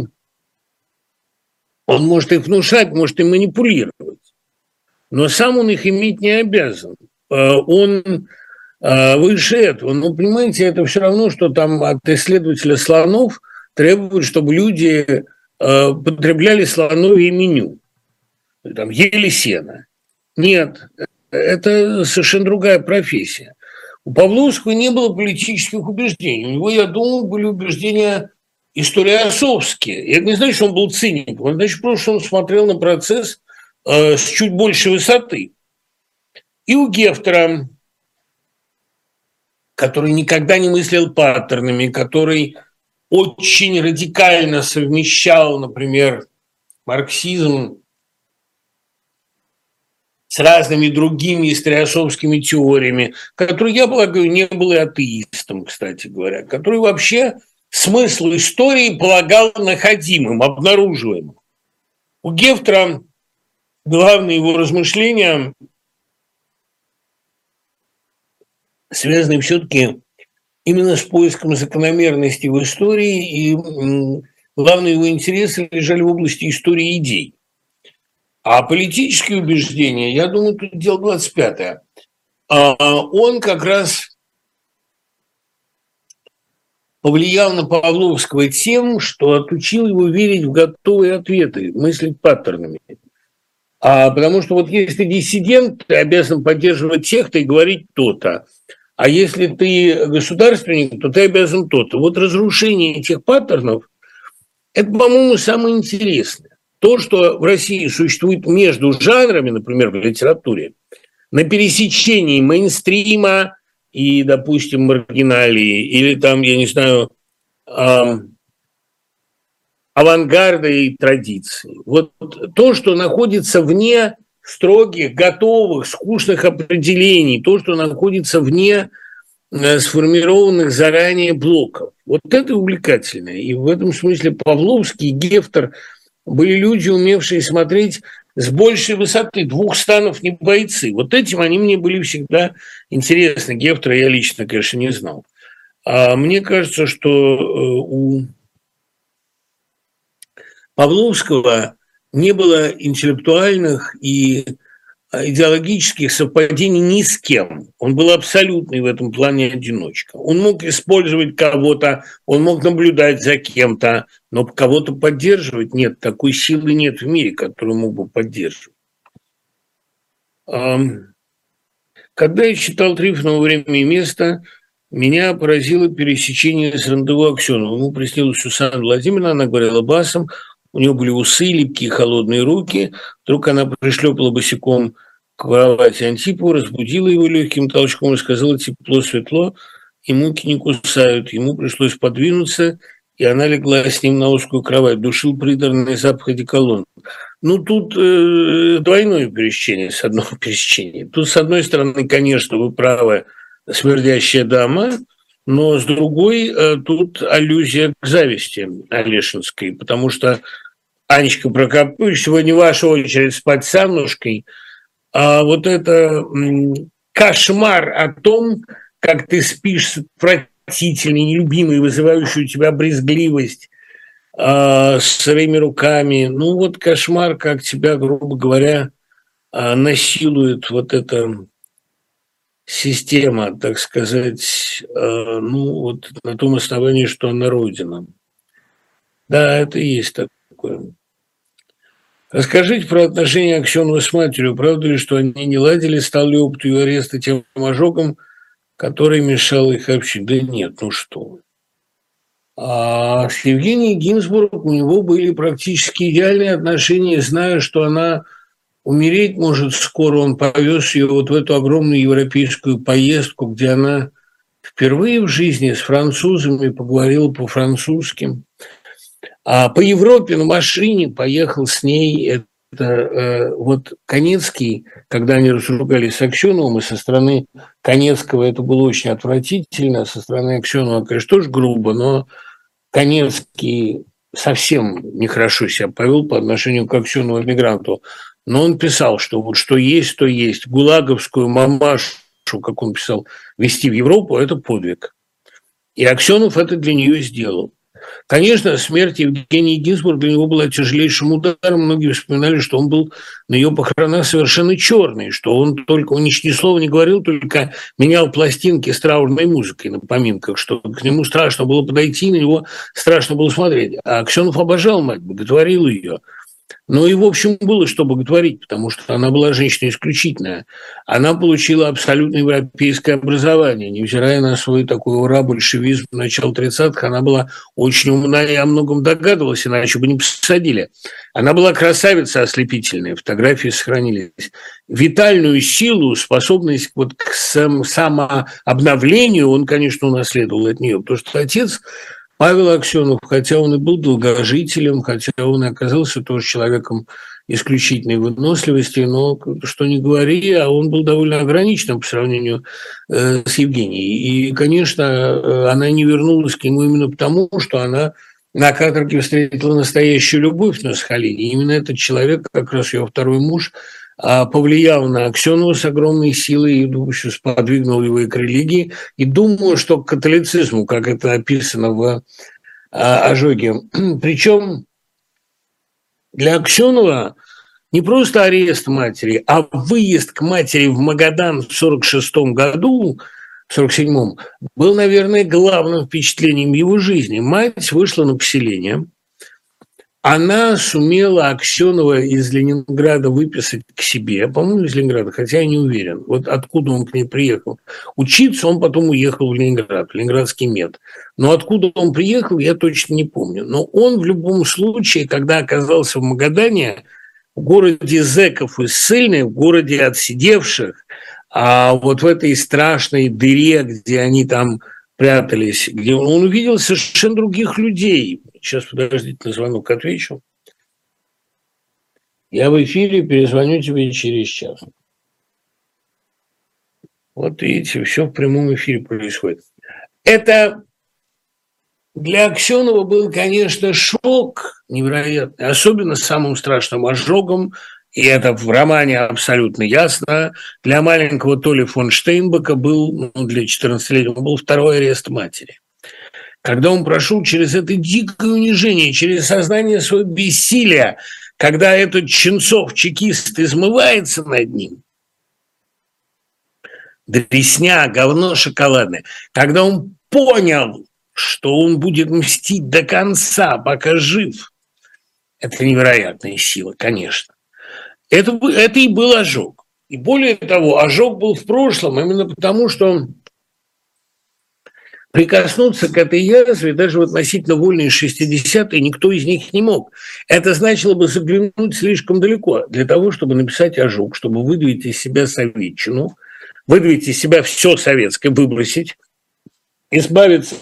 он может их внушать, может и манипулировать. Но сам он их иметь не обязан. Он выше этого. Ну, понимаете, это все равно, что там от исследователя слонов требуют, чтобы люди потребляли слоновье меню. Там, ели сено. Нет, это совершенно другая профессия. У Павловского не было политических убеждений. У него, я думаю, были убеждения историосовские. И это не значит, что он был циником. Это значит просто, что он смотрел на процесс с чуть большей высоты. И у Гефтера, который никогда не мыслил паттернами, который очень радикально совмещал, например, марксизм с разными другими историосовскими теориями, который, я полагаю, не был и атеистом, кстати говоря, который вообще смысл истории полагал находимым, обнаруживаемым. У Гефтера главные его размышления связаны все-таки именно с поиском закономерности в истории, и главные его интересы лежали в области истории идей. А политические убеждения, я думаю, тут дело 25-е. Он как раз повлиял на Павловского тем, что отучил его верить в готовые ответы, мыслить паттернами. Потому что вот если диссидент, ты обязан поддерживать тех-то и говорить то-то. А если ты государственник, то ты обязан то-то. Вот разрушение этих паттернов – это, по-моему, самое интересное. То, что в России существует между жанрами, например, в литературе, на пересечении мейнстрима и, допустим, маргиналии, или там, я не знаю, авангарда и традиций. Вот то, что находится вне строгих, готовых, скучных определений, то, что находится вне сформированных заранее блоков. Вот это увлекательно. И в этом смысле Павловский и Гефтер были люди, умевшие смотреть с большей высоты. Двух станов не бойцы. Вот этим они мне были всегда интересны. Гефтера я лично, конечно, не знал. А мне кажется, что у Павловского не было интеллектуальных и идеологических совпадений ни с кем. Он был абсолютный в этом плане одиночка. Он мог использовать кого-то, он мог наблюдать за кем-то, но кого-то поддерживать нет. Такой силы нет в мире, которую мог бы поддерживать. Когда я читал Трифонова «Время и место», меня поразило пересечение с рандеву Аксёнова. Ему приснилась Сусанна Владимировна, она говорила басом, у нее были усы, липкие холодные руки. Вдруг она пришлепала босиком к кровати Антипову, разбудила его легким толчком и сказала: тепло, светло, и муки не кусают. Ему пришлось подвинуться, и она легла с ним на узкую кровать. Душил приторный запах одеколона. Ну, тут двойное пересечение, с одного пересечения. Тут, с одной стороны, конечно, вы правы, смердящая дама, но с другой тут аллюзия к зависти Олешинской, потому что, Анечка Прокопович, сегодня ваша очередь спать с Аннушкой, а вот это кошмар о том, как ты спишь с отвратительной, нелюбимой, вызывающей у тебя брезгливость, своими руками. Ну вот кошмар, как тебя, грубо говоря, насилует вот эта система, так сказать, ну вот на том основании, что она Родина. Да, это и есть такое. Расскажите про отношения Аксёнова с матерью. Правда ли, что они не ладили? Стал ли опыт ее ареста тем ожогом, который мешал их общению? Да нет, ну что вы. А с Евгенией Гинзбург у него были практически идеальные отношения, зная, что она умереть может скоро. Он повез ее вот в эту огромную европейскую поездку, где она впервые в жизни с французами поговорила по-французски. А по Европе на машине поехал с ней вот Канецкий, когда они разругались с Аксёновым, и со стороны Канецкого это было очень отвратительно, со стороны Аксёнова, конечно, тоже грубо, но Канецкий совсем нехорошо себя повел по отношению к Аксёнову эмигранту. Но он писал, что вот что есть, то есть. Гулаговскую мамашу, как он писал, везти в Европу – это подвиг. И Аксёнов это для нее сделал. Конечно, смерть Евгении Гинзбург для него была тяжелейшим ударом. Многие вспоминали, что он был на ее похоронах совершенно черный, что он ни слова не говорил, только менял пластинки с траурной музыкой на поминках, что к нему страшно было подойти, на него страшно было смотреть. А Аксёнов обожал мать, боготворил ее. Ну и, в общем, было что боготворить, потому что она была женщина исключительная. Она получила абсолютно европейское образование. Невзирая на свой такой ура-большевизм начала 30-х, она была очень умна и о многом догадывалась, иначе бы не посадили. Она была красавица ослепительная, фотографии сохранились. Витальную силу, способность вот к самообновлению он, конечно, унаследовал от нее, потому что отец Павел Аксёнов, хотя он и был долгожителем, хотя он и оказался тоже человеком исключительной выносливости, но что ни говори, а он был довольно ограниченным по сравнению с Евгенией. И, конечно, она не вернулась к нему именно потому, что она на каторге встретила настоящую любовь на Сахалине. И именно этот человек, как раз ее второй муж, повлиял на Аксёнова с огромной силой и сподвигнул его и к религии. И думаю, что к католицизму, как это описано в ожоге. Причем для Аксёнова не просто арест матери, а выезд к матери в Магадан в 1946 году, в 1947 был, наверное, главным впечатлением его жизни. Мать вышла на поселение. Она сумела Аксёнова из Ленинграда выписать к себе, по-моему, из Ленинграда, хотя я не уверен, вот откуда он к ней приехал. Учиться он потом уехал в Ленинград, в Ленинградский мед. Но откуда он приехал, я точно не помню. Но он в любом случае, когда оказался в Магадане, в городе зэков и ссыльных, в городе отсидевших, а вот в этой страшной дыре, где они там прятались, где он увидел совершенно других людей. Сейчас, подождите, на звонок отвечу. Я в эфире, перезвоню тебе через час. Вот видите, все в прямом эфире происходит. Это для Аксёнова был, конечно, шок невероятный, особенно с самым страшным ожогом, и это в романе абсолютно ясно. Для маленького Толи фон Штейнбека был, для 14-летнего, был второй арест матери. Когда он прошел через это дикое унижение, через сознание своего бессилия, когда этот Ченцов-чекист измывается над ним, дресня, говно шоколадное, когда он понял, что он будет мстить до конца, пока жив, это невероятная сила, конечно. Это и был ожог. И более того, ожог был в прошлом именно потому, что прикоснуться к этой язве даже в относительно вольные 60-е никто из них не мог. Это значило бы заглянуть слишком далеко для того, чтобы написать ожог, чтобы выдавить из себя советчину, выдавить из себя все советское, выбросить, избавиться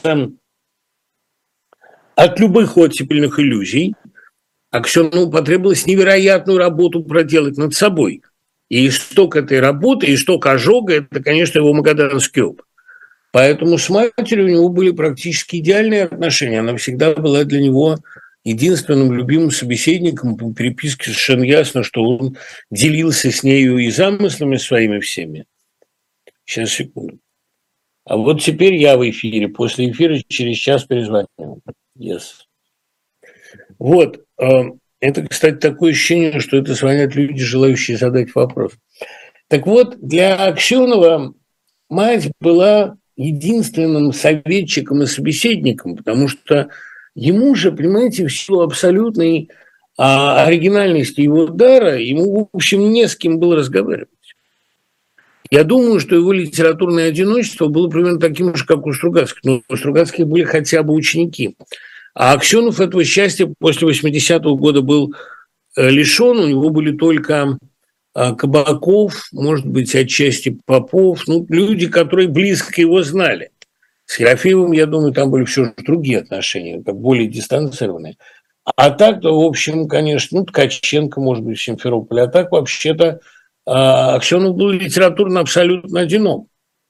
от любых оттепельных иллюзий. Аксенову потребовалось невероятную работу проделать над собой. И исток этой работы, исток ожога – это, конечно, его магаданский опыт. Поэтому с матерью у него были практически идеальные отношения. Она всегда была для него единственным любимым собеседником. По переписке совершенно ясно, что он делился с нею и замыслами своими всеми. Сейчас, секунду. А вот теперь я в эфире. После эфира через час перезвоню. Yes. Вот. Это, кстати, такое ощущение, что это звонят люди, желающие задать вопрос. Так вот, для Аксенова мать была единственным советчиком и собеседником, потому что ему же, понимаете, в силу абсолютной оригинальности его дара, ему, в общем, не с кем было разговаривать. Я думаю, что его литературное одиночество было примерно таким же, как у Стругацких. Но у Стругацких были хотя бы ученики. А Аксенов этого счастья после 80-го года был лишен. У него были только Кабаков, может быть, отчасти Попов, люди, которые близко его знали. С Ерофеевым, я думаю, там были все же другие отношения, как более дистанцированные. А так-то, в общем, конечно, Ткаченко, может быть, в Симферополе. А так, вообще-то, Аксенов был литературно абсолютно одинок.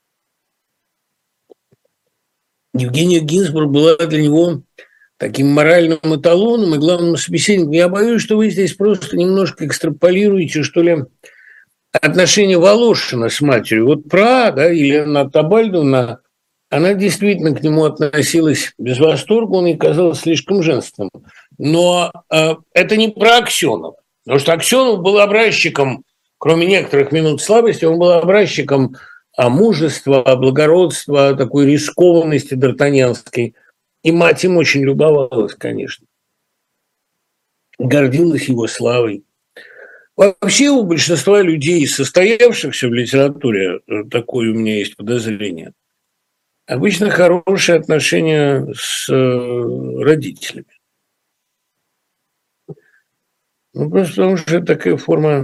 Евгения Гинзбург была для него таким моральным эталоном и главным собеседником. Я боюсь, что вы здесь просто немножко экстраполируете, что ли, отношения Волошина с матерью. Вот Елена Табальдовна, она действительно к нему относилась без восторга, он ей казался слишком женственным. Но это не про Аксенова, потому что Аксенов был образчиком, кроме некоторых минут слабости, он был образчиком мужества, благородства, такой рискованности д'Артаньянской. И мать им очень любовалась, конечно. Гордилась его славой. Вообще у большинства людей, состоявшихся в литературе, такое у меня есть подозрение, обычно хорошие отношения с родителями. Просто потому что это такая форма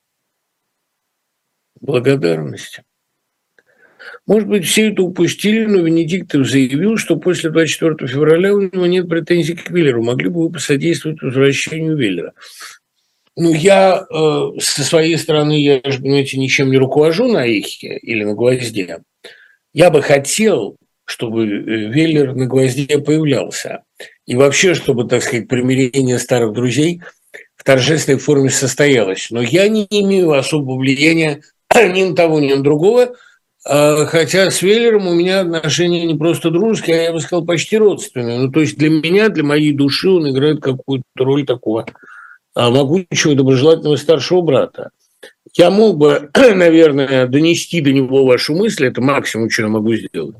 благодарности. Может быть, все это упустили, но Венедиктов заявил, что после 24 февраля у него нет претензий к Веллеру. Могли бы вы посодействовать возвращению Веллера? Я со своей стороны, я же, понимаете, ничем не руковожу на эхе или на гвозде. Я бы хотел, чтобы Веллер на гвозде появлялся. И вообще, чтобы, так сказать, примирение старых друзей в торжественной форме состоялось. Но я не имею особого влияния ни на того, ни на другого. Хотя с Веллером у меня отношения не просто дружеские, а я бы сказал, почти родственные. То есть для меня, для моей души он играет какую-то роль такого могучего, доброжелательного старшего брата. Я мог бы, наверное, донести до него вашу мысль, это максимум, что я могу сделать.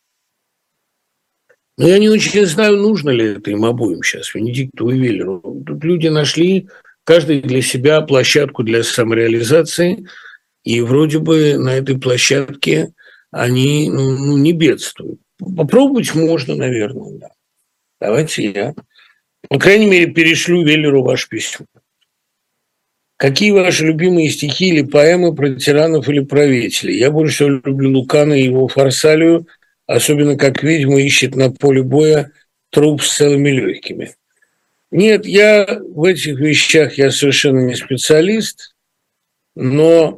Но я не очень знаю, нужно ли это им обоим сейчас, Венедиктову и Веллеру. Тут люди нашли каждый для себя площадку для самореализации, и вроде бы на этой площадке они не бедствуют. Попробовать можно, наверное, да. Давайте я, по крайней мере, перешлю Веллеру ваше письмо. Какие ваши любимые стихи или поэмы про тиранов или правителей? Я больше всего люблю Лукана и его Фарсалию, особенно как ведьма ищет на поле боя труп с целыми легкими. Нет, я в этих вещах я совершенно не специалист, но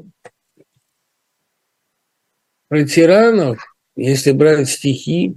про тиранов, если брать стихи,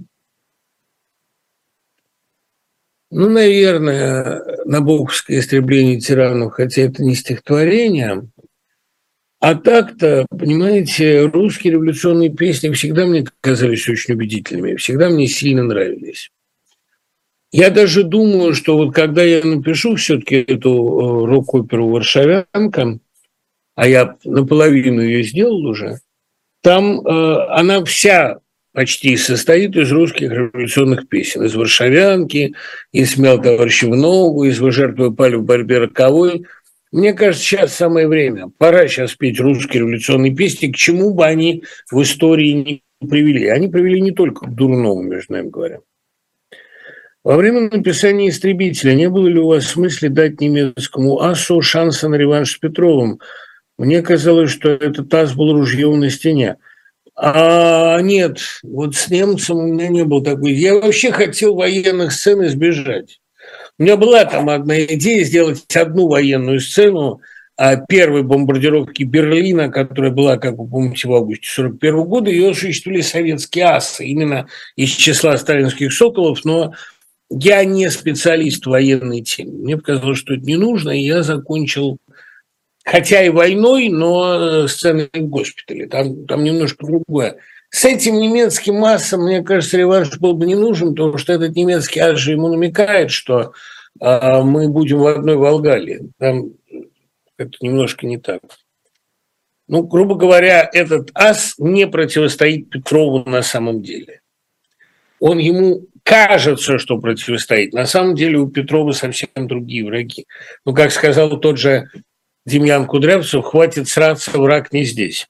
наверное, Набоковское истребление тиранов, хотя это не стихотворение, а так-то, понимаете, русские революционные песни всегда мне казались очень убедительными, всегда мне сильно нравились. Я даже думаю, что вот когда я напишу все-таки эту рок-оперу «Варшавянка», а я наполовину ее сделал уже, там она вся почти состоит из русских революционных песен. Из «Варшавянки», из «Смел товарища в ногу», из «Вы жертвы пали в борьбе роковой». Мне кажется, сейчас самое время. Пора сейчас петь русские революционные песни, к чему бы они в истории не привели. Они привели не только к дурному, между нами говоря. Во время написания «Истребителя» не было ли у вас в смысле дать немецкому асу шанса на реванш с Петровым? Мне казалось, что этот ас был ружьем на стене. Нет, вот с немцем у меня не было такой. Я вообще хотел военных сцен избежать. У меня была там одна идея сделать одну военную сцену первой бомбардировки Берлина, которая была, как вы помните, в августе 1941 года. Ее осуществили советские асы, именно из числа сталинских соколов, но я не специалист в военной теме. Мне показалось, что это не нужно, и я закончил, хотя и войной, но сценой в госпитале. Там немножко другое. С этим немецким массом, мне кажется, реванш был бы не нужен, потому что этот немецкий ас же ему намекает, что мы будем в одной Волгалии. Там это немножко не так. Ну, грубо говоря, этот ас не противостоит Петрову на самом деле. Он ему кажется, что противостоит. На самом деле у Петрова совсем другие враги. Ну, как сказал тот же Демьян Кудрявцев, хватит сраться, враг не здесь.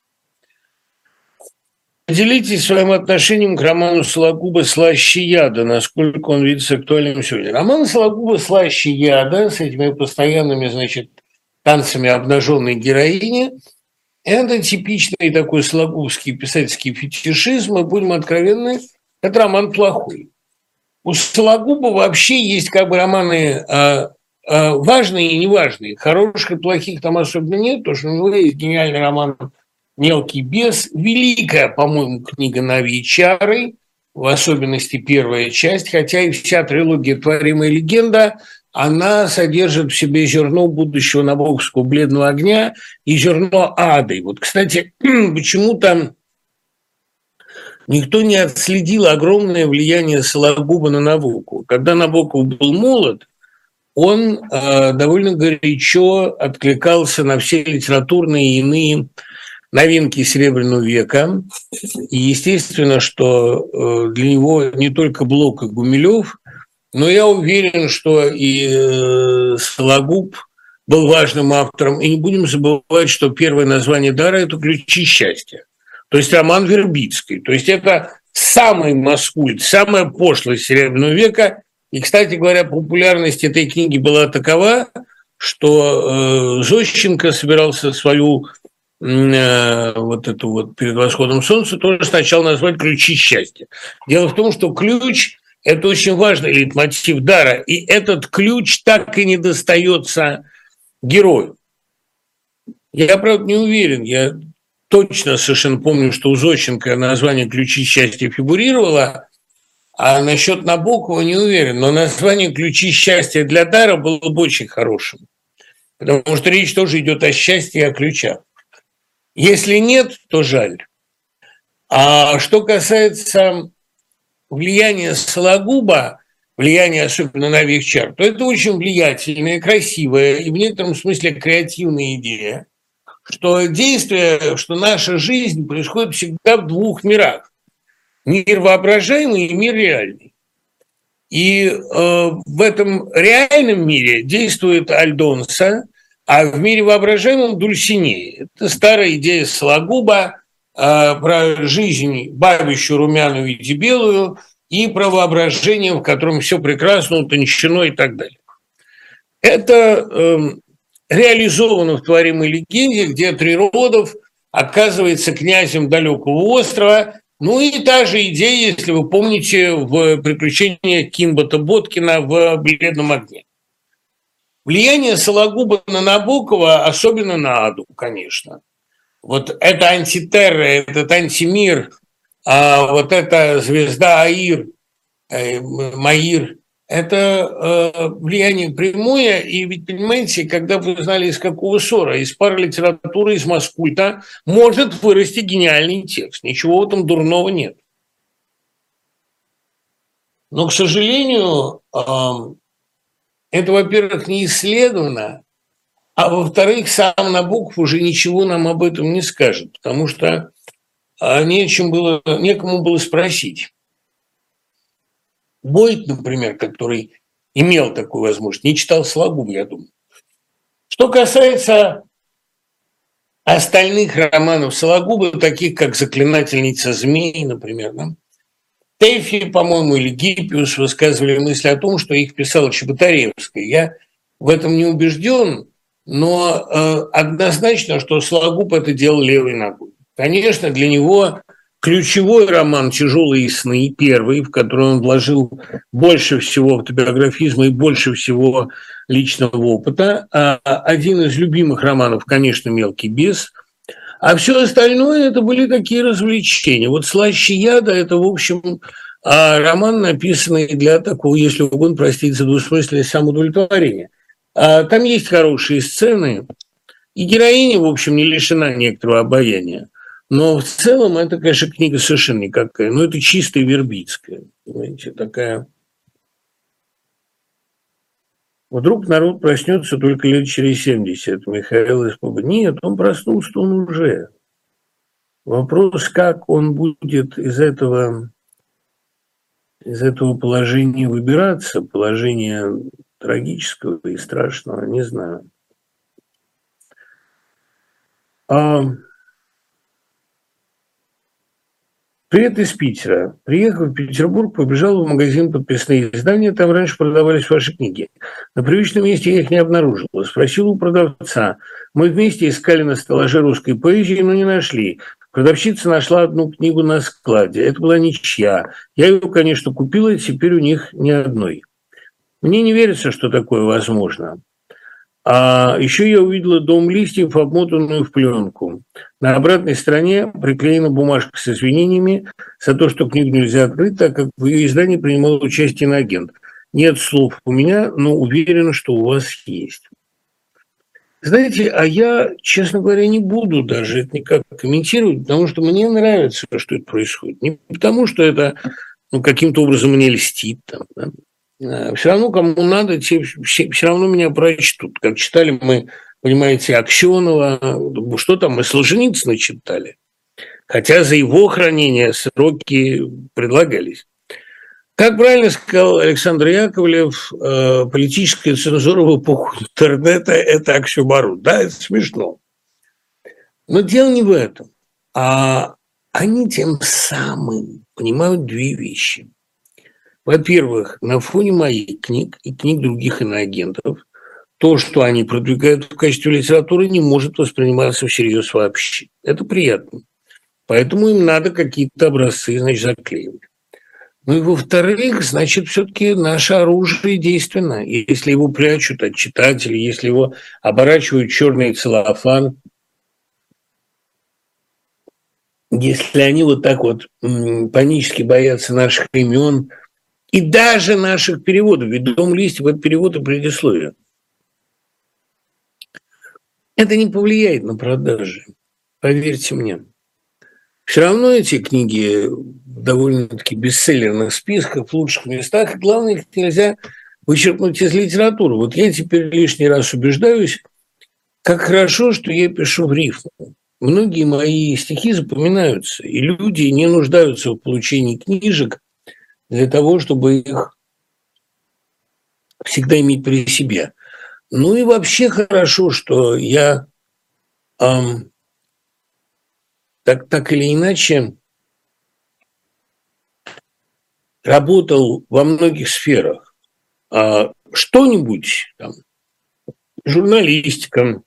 Поделитесь своим отношением к роману Сологуба «Слаще яда», насколько он видится актуальным сегодня. Роман Сологуба «Слаще яда» с этими постоянными, значит, танцами обнаженной героини – это типичный такой сологубский писательский фетишизм, и, будем откровенны, это роман плохой. У Сологуба вообще есть как бы романы важные и неважные. Хороших и плохих там особенно нет, потому что у него есть гениальный роман «Мелкий бес», великая, по-моему, книга Нави и Чары, в особенности первая часть, хотя и вся трилогия «Творимая легенда», она содержит в себе зерно будущего набоковского «Бледного огня» и зерно ады. Вот, кстати, почему-то никто не отследил огромное влияние Сологуба на Набокова. Когда Набоков был молод, он довольно горячо откликался на все литературные и иные новинки Серебряного века. И естественно, что для него не только Блок и Гумилев, но я уверен, что и Сологуб был важным автором. И не будем забывать, что первое название дара – это «Ключи счастья». То есть роман Вербицкой. То есть это самый маскульт, самая пошлость Серебряного века. И, кстати говоря, популярность этой книги была такова, что Зощенко собирался свою вот эту вот «Перед восходом солнца» тоже сначала назвать «Ключи счастья». Дело в том, что ключ – это очень важный лейтмотив дара, и этот ключ так и не достается герою. Я, правда, не уверен, я точно совершенно помню, что у Зощенко название «Ключи счастья» фигурировало, а насчет Набокова не уверен. Но название «Ключи счастья» для дара было бы очень хорошим, потому что речь тоже идет о счастье и о ключах. Если нет, то жаль. А что касается влияния Сологуба, влияния особенно на Чар, то это очень влиятельная, красивая и в некотором смысле креативная идея, что действие, что наша жизнь происходит всегда в двух мирах. Мир воображаемый и мир реальный. И в этом реальном мире действует Альдонса, а в мире воображаемом Дульсинея. Это старая идея Сологуба про жизнь бабищу румяную и дебелую и про воображение, в котором все прекрасно, утончено и так далее. Это реализовано в «Творимой легенде», где Триродов оказывается князем далекого острова. Ну и та же идея, если вы помните, в «Приключениях Кинбота-Боткина» в «Бледном огне». Влияние Сологуба на Набокова, особенно на Аду, конечно. Вот это антитерра, этот антимир, вот эта звезда Аир, Маир, это влияние прямое. И ведь, понимаете, когда вы знали, из какого ссора, из пары литературы, из маскульта может вырасти гениальный текст. Ничего в этом дурного нет. Но, к сожалению, это, во-первых, не исследовано, а во-вторых, сам Набоков уже ничего нам об этом не скажет, потому что некому было спросить. Бойд, например, который имел такую возможность, не читал Сологуба, я думаю. Что касается остальных романов Сологуба, таких как «Заклинательница змей», например, да? Тэфи, по-моему, или Гиппиус высказывали мысли о том, что их писала Чеботаревская. Я в этом не убежден, но однозначно, что Сологуб это делал левой ногой. Конечно, для него ключевой роман «Тяжелые сны», первый, в который он вложил больше всего автобиографизма и больше всего личного опыта. Один из любимых романов, конечно, «Мелкий бес», а все остальное это были такие развлечения. Вот «Слаще яда» – это, в общем, роман, написанный для такого, если угодно, простите за двусмысленность, самоудовлетворения. Там есть хорошие сцены, и героиня, в общем, не лишена некоторого обаяния. Но в целом это, конечно, книга совершенно никакая. Но это чистая Вербицкая, понимаете, такая. Вдруг народ проснется только лет через 70. Михаил Испуга. Нет, он проснулся, он уже. Вопрос, как он будет из этого положения выбираться, положения трагического и страшного, не знаю. Привет из Питера. Приехав в Петербург, побежал в магазин подписные издания, там раньше продавались ваши книги. На привычном месте я их не обнаружил. Спросил у продавца. Мы вместе искали на стеллаже русской поэзии, но не нашли. Продавщица нашла одну книгу на складе. Это была ничья. Я ее, конечно, купила, и теперь у них ни одной. Мне не верится, что такое возможно. А еще я увидела «Дом листьев», обмотанную в пленку. На обратной стороне приклеена бумажка с извинениями за то, что книгу нельзя открыть, так как в ее издании принимал участие иноагент. Нет слов у меня, но уверена, что у вас есть. Знаете, а я, честно говоря, не буду даже это никак комментировать, потому что мне нравится, что это происходит. Не потому, что это каким-то образом мне льстит. Там, да? Все равно, кому надо, те все равно меня прочтут. Как читали мы, понимаете, Аксенова, что там, мы Солженицына читали. Хотя за его хранение сроки предлагались. Как правильно сказал Александр Яковлев, политическая цензура в эпоху интернета – это оксюморон. Да, это смешно. Но дело не в этом. А они тем самым понимают две вещи. Во-первых, на фоне моих книг и книг других иноагентов то, что они продвигают в качестве литературы, не может восприниматься всерьез вообще. Это приятно. Поэтому им надо какие-то образцы, значит, заклеивать. Ну и во-вторых, значит, все-таки наше оружие действенно. И если его прячут от читателей, если его оборачивают в черный целлофан, если они вот так вот панически боятся наших имен и даже наших переводов, ведь «Дом листьев» – это перевод и предисловие, это не повлияет на продажи, поверьте мне. Все равно эти книги в довольно-таки бестселлерных списках, в лучших местах, и главное, их нельзя вычеркнуть из литературы. Вот я теперь лишний раз убеждаюсь, как хорошо, что я пишу в рифму. Многие мои стихи запоминаются, и люди не нуждаются в получении книжек для того, чтобы их всегда иметь при себе. Ну и вообще хорошо, что я так или иначе работал во многих сферах. Что-нибудь, там, журналистика,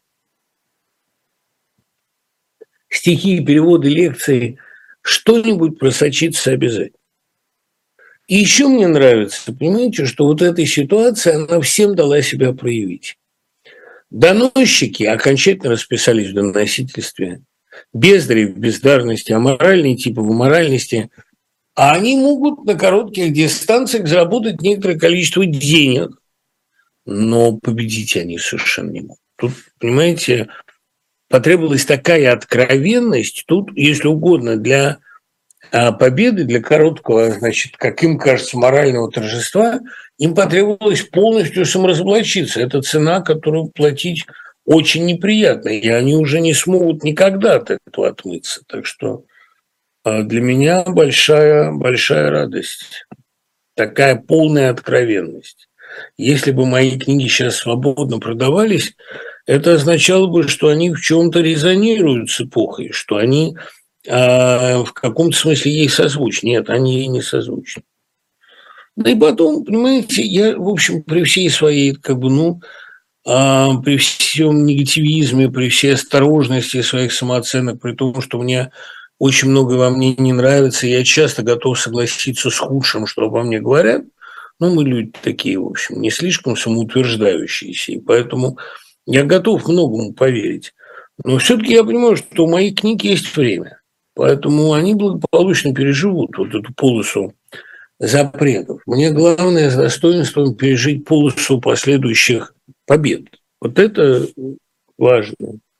стихи, переводы, лекции, что-нибудь просочится обязательно. И еще мне нравится, понимаете, что вот эта ситуация, она всем дала себя проявить. Доносчики окончательно расписались в доносительстве, бездари в бездарности, аморальные типы в аморальности, а они могут на коротких дистанциях заработать некоторое количество денег, но победить они совершенно не могут. Тут, понимаете, потребовалась такая откровенность, тут, если угодно, для победы, для короткого, значит, как им кажется, морального торжества, им потребовалось полностью саморазоблачиться. Это цена, которую платить очень неприятно, и они уже не смогут никогда от этого отмыться. Так что для меня большая радость, такая полная откровенность. Если бы мои книги сейчас свободно продавались, это означало бы, что они в чем-то резонируют с эпохой, что они в каком-то смысле ей созвучны. Нет, они ей не созвучны. Да и потом, понимаете, я, в общем, при всей своей, при всем негативизме, при всей осторожности своих самооценок, при том, что мне очень много во мне не нравится, я часто готов согласиться с худшим, что обо мне говорят, но мы люди такие, в общем, не слишком самоутверждающиеся, и поэтому я готов многому поверить. Но все-таки я понимаю, что у моих книг есть время, поэтому они благополучно переживут вот эту полосу запретов. Мне главное с достоинством пережить полосу последующих побед. Вот это важно.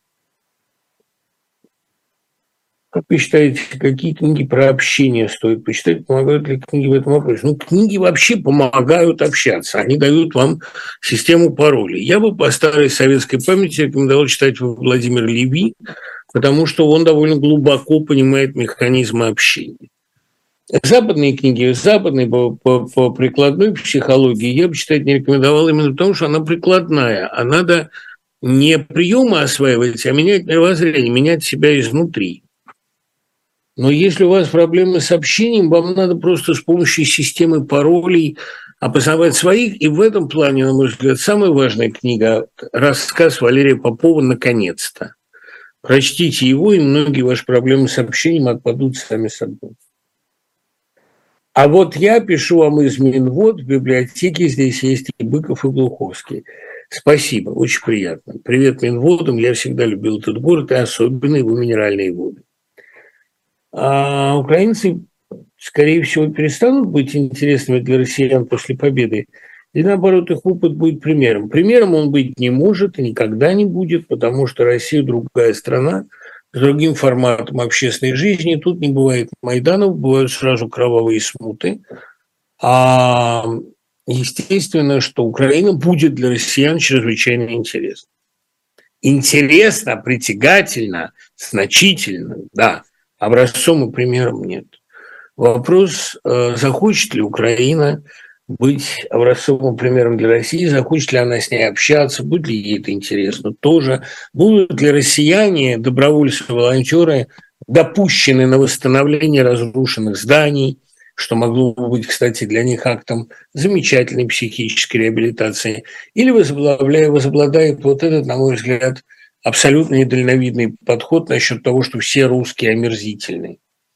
Как вы считаете, какие книги про общение стоит почитать? Помогают ли книги в этом вопросе? Ну, книги вообще помогают общаться. Они дают вам систему паролей. Я бы по старой советской памяти рекомендовал читать Владимира Леви, потому что он довольно глубоко понимает механизмы общения. Западные книги, западные по прикладной психологии я бы читать не рекомендовал именно потому, что она прикладная. А надо не приемы осваивать, а менять мировоззрение, менять себя изнутри. Но если у вас проблемы с общением, вам надо просто с помощью системы паролей опознавать своих. И в этом плане, на мой взгляд, самая важная книга – рассказ Валерия Попова «Наконец-то». Прочтите его, и многие ваши проблемы с общением отпадут сами собой. А вот я пишу вам из Минвод, в библиотеке здесь есть и Быков, и Глуховский. Спасибо, очень приятно. Привет Минводам, я всегда любил этот город, и особенно его минеральные воды. А украинцы, скорее всего, перестанут быть интересными для россиян после победы, или, наоборот, их опыт будет примером. Примером он быть не может и никогда не будет, потому что Россия другая страна, с другим форматом общественной жизни. Тут не бывает майданов, бывают сразу кровавые смуты. А естественно, что Украина будет для россиян чрезвычайно интересна. Интересно, притягательно, значительно, да. Образцом и примером нет. Вопрос, захочет ли Украина быть образцовым примером для России, захочет ли она с ней общаться, будет ли ей это интересно тоже, будут ли россияне, добровольцы, волонтеры допущены на восстановление разрушенных зданий, что могло бы быть, кстати, для них актом замечательной психической реабилитации, или возобладает вот этот, на мой взгляд, абсолютно недальновидный подход насчет того, что все русские омерзительные.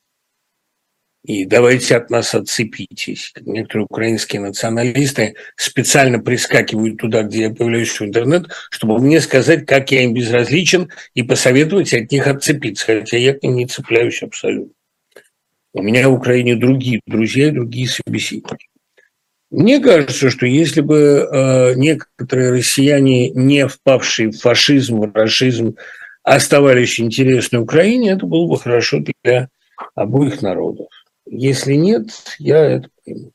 И давайте от нас отцепитесь. Некоторые украинские националисты специально прискакивают туда, где я появляюсь в интернет, чтобы мне сказать, как я им безразличен, и посоветовать от них отцепиться. Хотя я к ним не цепляюсь абсолютно. У меня в Украине другие друзья и другие собеседники. Мне кажется, что если бы некоторые россияне, не впавшие в фашизм, в расизм, оставались интересны Украине, это было бы хорошо для обоих народов. Если нет, я это пойму.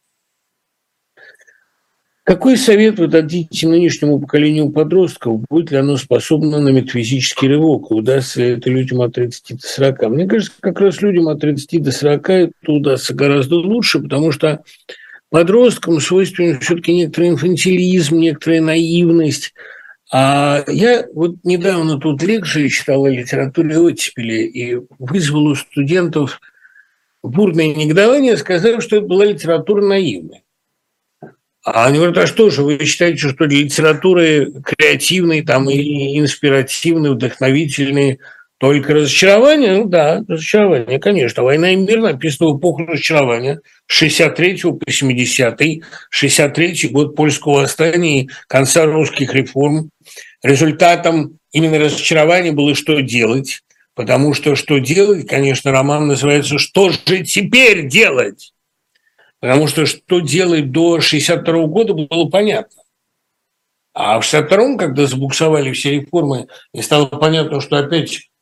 Какой совет вы дадите нынешнему поколению подростков? Будет ли оно способно на метафизический рывок? Удастся ли это людям от 30 до 40? Мне кажется, как раз людям от 30 до 40 это удастся гораздо лучше, потому что подросткам свойственен все-таки некоторый инфантилизм, некоторая наивность. А я вот недавно тут лекции читал о литературе оттепели и вызвал у студентов бурное негодование, сказав, что это была литература наивная. А они говорят, а что же, вы считаете, что для литературы креативной там, и инспиративной, вдохновительной только разочарование? Ну да, разочарование, конечно. «Война и мир» написана в эпоху разочарования с 63 по 70-й, 63-й год польского восстания и конца русских реформ. Результатом именно разочарования было «Что делать?», потому что «Что делать?», конечно, роман называется «Что же теперь делать?». Потому что делать до 62 года было понятно. А в 62-м, когда забуксовали все реформы, и стало понятно, что опять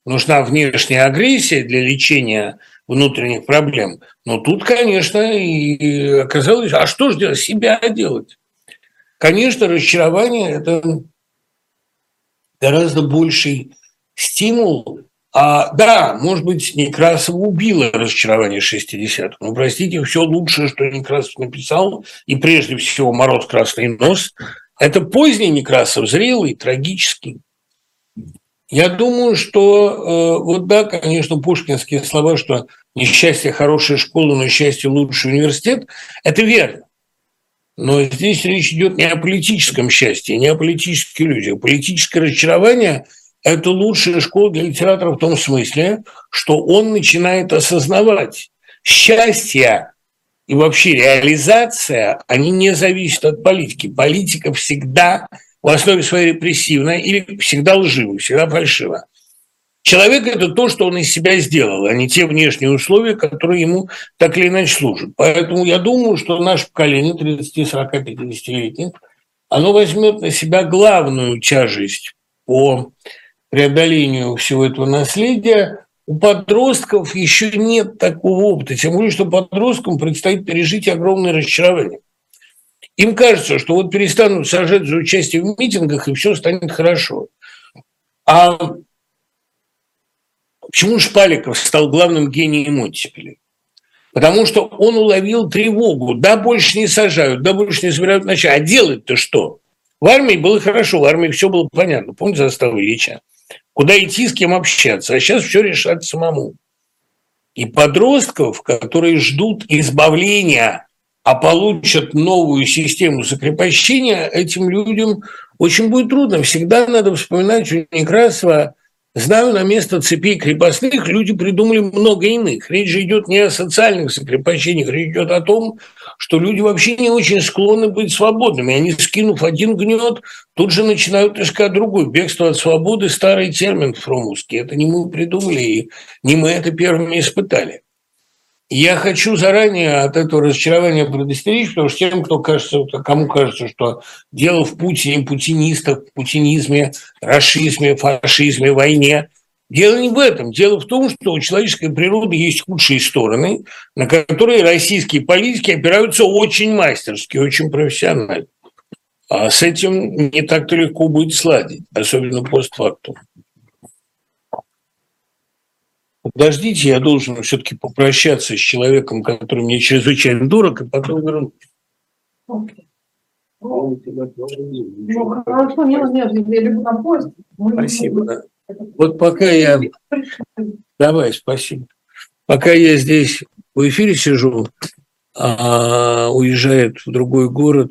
нужна внешняя агрессия для лечения внутренних проблем. Но тут, конечно, и оказалось, а что же делать? Себя делать. Конечно, разочарование – это гораздо больший стимул. Да, может быть, Некрасова убило разочарование 60-х. Но, простите, все лучшее, что Некрасов написал, и прежде всего «Мороз, красный нос», это поздний Некрасов, зрелый, трагический. Я думаю, что, вот да, конечно, пушкинские слова, что несчастье – хорошая школа, но счастье – лучший университет, это верно. Но здесь речь идет не о политическом счастье, не о политических иллюзиях. Политическое разочарование – это лучшая школа для литератора в том смысле, что он начинает осознавать счастье и вообще реализация, они не зависят от политики. Политика всегда в основе своей репрессивная или всегда лживая, всегда фальшивая. Человек – это то, что он из себя сделал, а не те внешние условия, которые ему так или иначе служат. Поэтому я думаю, что наше поколение, 30, 40, 50-летних, оно возьмет на себя главную тяжесть по преодолению всего этого наследия. У подростков еще нет такого опыта, тем более, что подросткам предстоит пережить огромное разочарование. Им кажется, что вот перестанут сажать за участие в митингах, и все станет хорошо. А почему Шпаликов стал главным гением оттепели? Потому что он уловил тревогу. Да, больше не сажают, да, больше не собирают начать. А делать-то что? В армии было хорошо, в армии все было понятно. Помните заставу Ильича? Куда идти, с кем общаться. А сейчас все решать самому. И подростков, которые ждут избавления, а получат новую систему закрепощения, этим людям очень будет трудно. Всегда надо вспоминать у Некрасова: знаю, на место цепей крепостных люди придумали много иных. Речь же идет не о социальных закрепощениях, речь идет о том, что люди вообще не очень склонны быть свободными. Они, скинув один гнет, тут же начинают искать другой. Бегство от свободы – старый термин фромовский. Это не мы придумали, и не мы это первыми испытали. Я хочу заранее от этого разочарования предостеречь, потому что тем, кому кажется, что дело в Путине, путинистах, путинизме, расизме, фашизме, войне, дело не в этом. Дело в том, что у человеческой природы есть худшие стороны, на которые российские политики опираются очень мастерски, очень профессионально. А с этим не так-то легко будет сладить, особенно постфактум. Подождите, я должен все-таки попрощаться с человеком, который мне чрезвычайно дорог, и потом вернусь. Хорошо, нет, я люблю там поезд. Спасибо. Да. Вот пока я... Давай, спасибо. Пока я здесь в эфире сижу, уезжает в другой город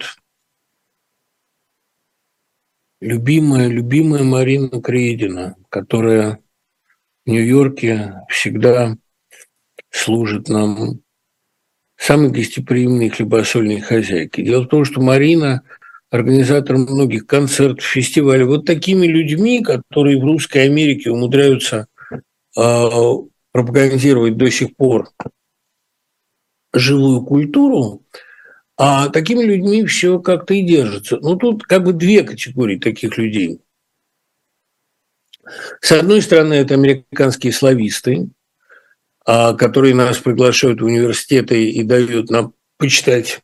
любимая Марина Креедина, которая в Нью-Йорке всегда служит нам самой гостеприимной хлебосольной хозяйкой. Дело в том, что Марина – организатор многих концертов, фестивалей. Вот такими людьми, которые в Русской Америке умудряются пропагандировать до сих пор живую культуру, а такими людьми все как-то и держится. Ну, тут как бы две категории таких людей. С одной стороны, это американские слависты, которые нас приглашают в университеты и дают нам почитать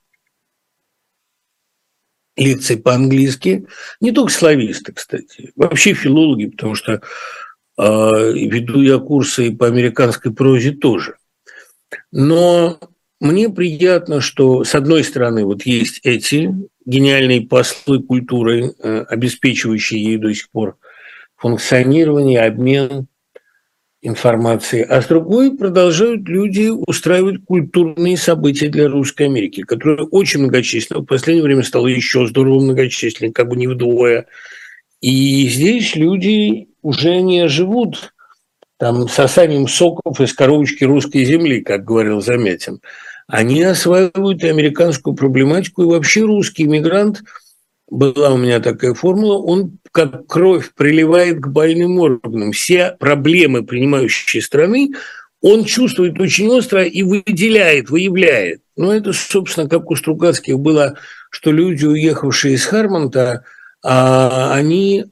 лекции по-английски. Не только слависты, кстати, вообще филологи, потому что веду я курсы по американской прозе тоже. Но мне приятно, что, с одной стороны, вот есть эти гениальные послы культуры, обеспечивающие ей до сих пор функционирование, обмен информацией, а с другой продолжают люди устраивать культурные события для Русской Америки, которые очень многочисленны. В последнее время стало еще здорово многочисленнее, как бы не вдвое. И здесь люди уже не живут там сосанием соков из коробочки русской земли, как говорил Замятин. Они осваивают и американскую проблематику, и вообще русский мигрант, была у меня такая формула, он как кровь приливает к больным органам. Все проблемы принимающей страны он чувствует очень остро и выделяет, выявляет. Но это, собственно, как у Стругацких было, что люди, уехавшие из Хармонта, они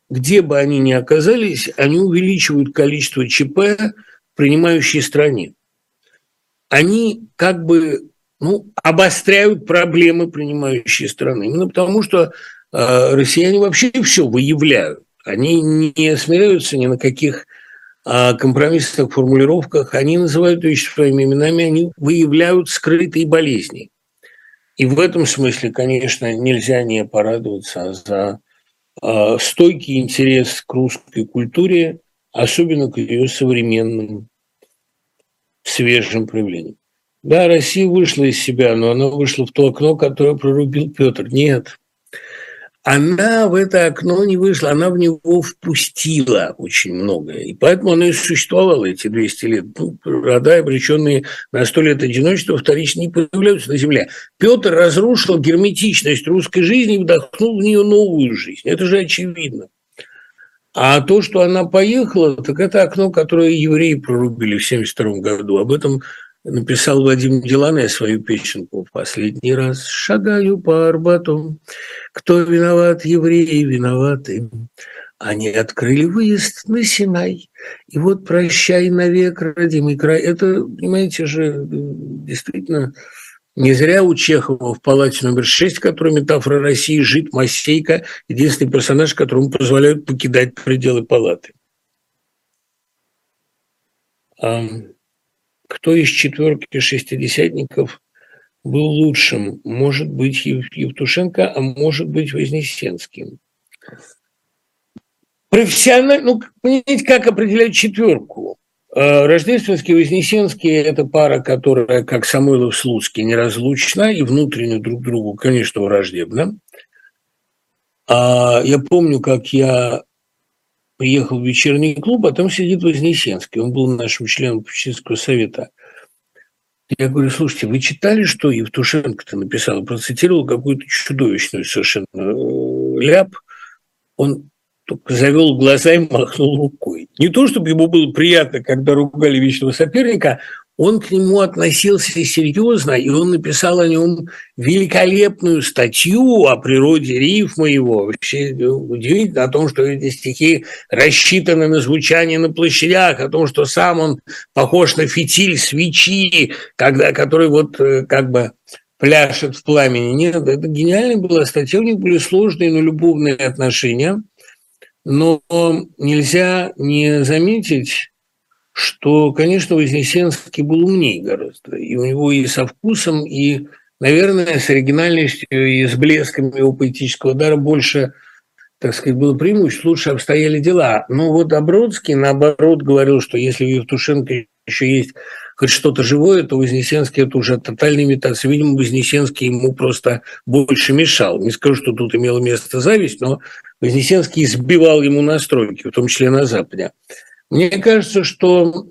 где бы они ни оказались, они увеличивают количество ЧП в принимающей стране. Они как бы обостряют проблемы принимающей страны. Именно потому, что россияне вообще все выявляют. Они не смиряются ни на каких компромиссных формулировках, они называют вещи своими именами, они выявляют скрытые болезни. И в этом смысле, конечно, нельзя не порадоваться за стойкий интерес к русской культуре, особенно к ее современным свежим проявлениям. Да, Россия вышла из себя, но она вышла в то окно, которое прорубил Петр. Нет. Она в это окно не вышла, она в него впустила очень многое. И поэтому она и существовала эти 200 лет. Рода, обреченные на 100 лет одиночества, вторично не появляются на земле. Петр разрушил герметичность русской жизни и вдохнул в нее новую жизнь. Это же очевидно. А то, что она поехала, так это окно, которое евреи прорубили в 1972 году. Об этом написал Вадим Дилане свою песенку «В последний раз шагаю по Арбату. Кто виноват? Евреи виноваты. Они открыли выезд на Синай. И вот прощай навек, родимый край». Это, понимаете же, действительно не зря у Чехова в палате номер 6, которая метафора России, жид Масейка, единственный персонаж, которому позволяют покидать пределы палаты. Кто из четверки шестидесятников был лучшим? Может быть, Евтушенко, а может быть, Вознесенский. Профессионально, понимаете, как определять четверку? Рождественский и Вознесенский – это пара, которая, как Самойлов, Слуцкий, неразлучна и внутренне друг другу, конечно, враждебна. Я помню, как я приехал в вечерний клуб, а там сидит Вознесенский. Он был нашим членом попечительского совета. Я говорю: слушайте, вы читали, что Евтушенко-то написал? Процитировал какую-то чудовищную совершенно ляп. Он только завел глаза и махнул рукой. Не то, чтобы ему было приятно, когда ругали вечного соперника, он к нему относился серьезно, и он написал о нем великолепную статью о природе рифма его. Вообще удивительно о том, что эти стихи рассчитаны на звучание на площадях, о том, что сам он похож на фитиль свечи, который вот как бы пляшет в пламени. Нет, это гениальная была статья, у них были сложные, но любовные отношения. Но нельзя не заметить, что, конечно, Вознесенский был умнее гораздо. И у него и со вкусом, и, наверное, с оригинальностью, и с блеском его поэтического дара больше, так сказать, было преимущество, лучше обстояли дела. Но вот Бродский, наоборот, говорил, что если у Евтушенко еще есть хоть что-то живое, то Вознесенский – это уже тотальная имитация. Видимо, Вознесенский ему просто больше мешал. Не скажу, что тут имело место зависть, но Вознесенский сбивал ему настройки, в том числе на Западе. Мне кажется, что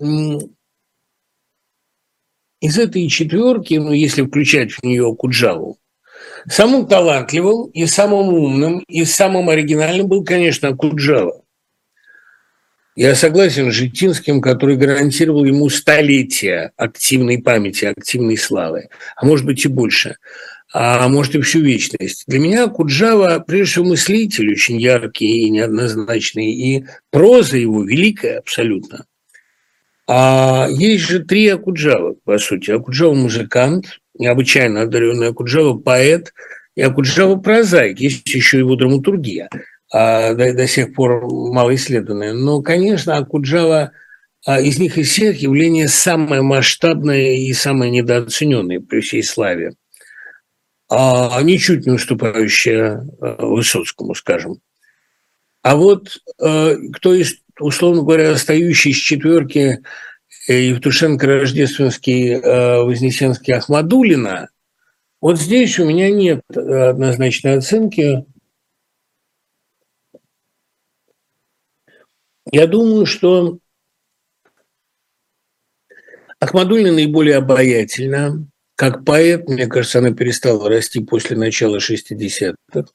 из этой четверки, если включать в нее Акуджаву, самым талантливым и самым умным и самым оригинальным был, конечно, Акуджава. Я согласен с Житинским, который гарантировал ему столетия активной памяти, активной славы, а может быть и больше, а может и всю вечность. Для меня Акуджава, прежде всего, мыслитель очень яркий и неоднозначный, и проза его великая абсолютно. А есть же три Акуджавы, по сути. Акуджава – музыкант, необычайно одаренный, Акуджава – поэт, и Акуджава – прозаик. Есть еще его драматургия, до сих пор малоисследованная. Но, конечно, Акуджава из них из всех явление самое масштабное и самое недооцененное при всей славе, ничуть не уступающее Высоцкому, скажем. А вот кто из, условно говоря, остающий из четверки Евтушенко, Рождественский, Вознесенский, Ахмадуллина, вот здесь у меня нет однозначной оценки. Я думаю, что Ахмадуллина наиболее обаятельна. Как поэт, мне кажется, она перестала расти после начала 60-х.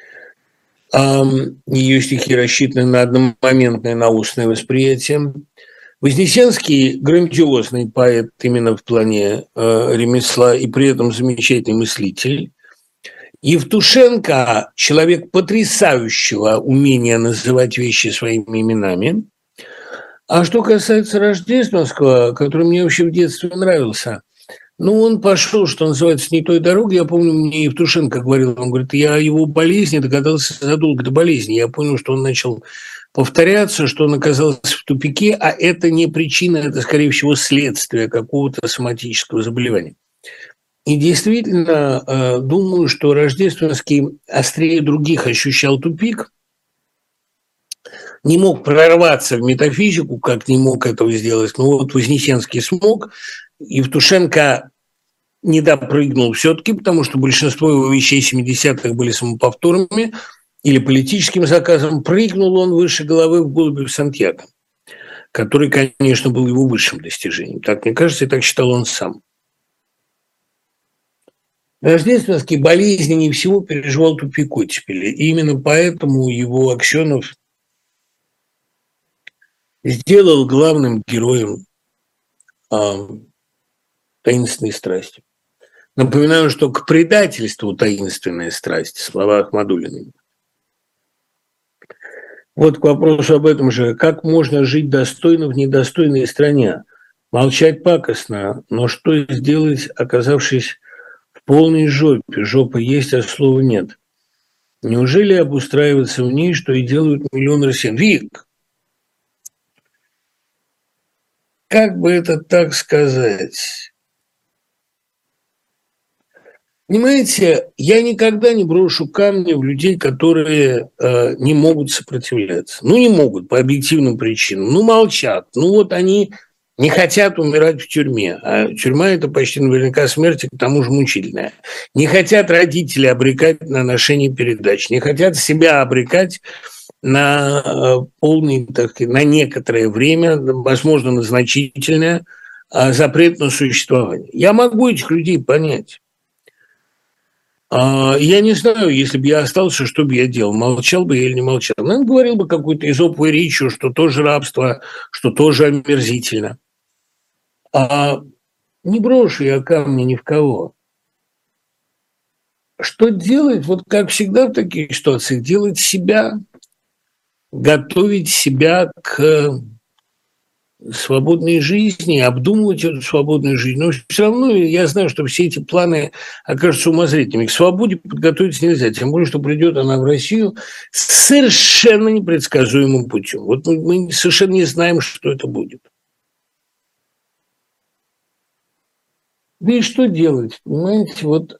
Ее стихи рассчитаны на одномоментное наустное восприятие. Вознесенский – грандиозный поэт именно в плане ремесла и при этом замечательный мыслитель. Евтушенко – человек потрясающего умения называть вещи своими именами. А что касается Рождественского, который мне вообще в детстве нравился, ну, он пошел, что называется, не той дорогой. Я помню, мне Евтушенко говорил, он говорит, я о его болезни догадался задолго до болезни. Я понял, что он начал повторяться, что он оказался в тупике, а это не причина, это, скорее всего, следствие какого-то соматического заболевания. И действительно, думаю, что Рождественский острее других ощущал тупик, не мог прорваться в метафизику, как не мог этого сделать, но вот Вознесенский смог, Евтушенко не допрыгнул все-таки, потому что большинство его вещей 70-х были самоповторами или политическим заказом. Прыгнул он выше головы в «Голубев Сантьяго», который, конечно, был его высшим достижением. Так мне кажется, и так считал он сам. Рождественский болезненнее всего переживал тупик оттепели. И именно поэтому его Аксенов сделал главным героем таинственной страсти. Напоминаю, что к предательству таинственная страсть, слова Ахмадуллиной. Вот к вопросу об этом же. Как можно жить достойно в недостойной стране? Молчать пакостно, но что сделать, оказавшись в полной жопе? Жопа есть, а слова нет. Неужели обустраиваться в ней, что и делают миллионы россиян? Вик, как бы это так сказать? Понимаете, я никогда не брошу камни в людей, которые не могут сопротивляться. Ну, не могут по объективным причинам. Ну, молчат. Ну, вот они не хотят умирать в тюрьме. А тюрьма – это почти наверняка смерть, и к тому же мучительная. Не хотят родители обрекать на ношение передач. Не хотят себя обрекать на полный, так сказать, на некоторое время, возможно, на значительное запрет на существование. Я могу этих людей понять. Я не знаю, если бы я остался, что бы я делал, молчал бы я или не молчал. Наверное, говорил бы какую-то эзоповую речью, что тоже рабство, что тоже омерзительно. Не брошу я камни ни в кого. Что делать? Вот как всегда в таких ситуациях, делать себя, готовить себя к свободной жизни, обдумывать эту свободную жизнь. Но все равно я знаю, что все эти планы окажутся умозрительными. К свободе подготовиться нельзя, тем более, что придет она в Россию совершенно непредсказуемым путем. Вот мы совершенно не знаем, что это будет. Да и что делать, понимаете? Вот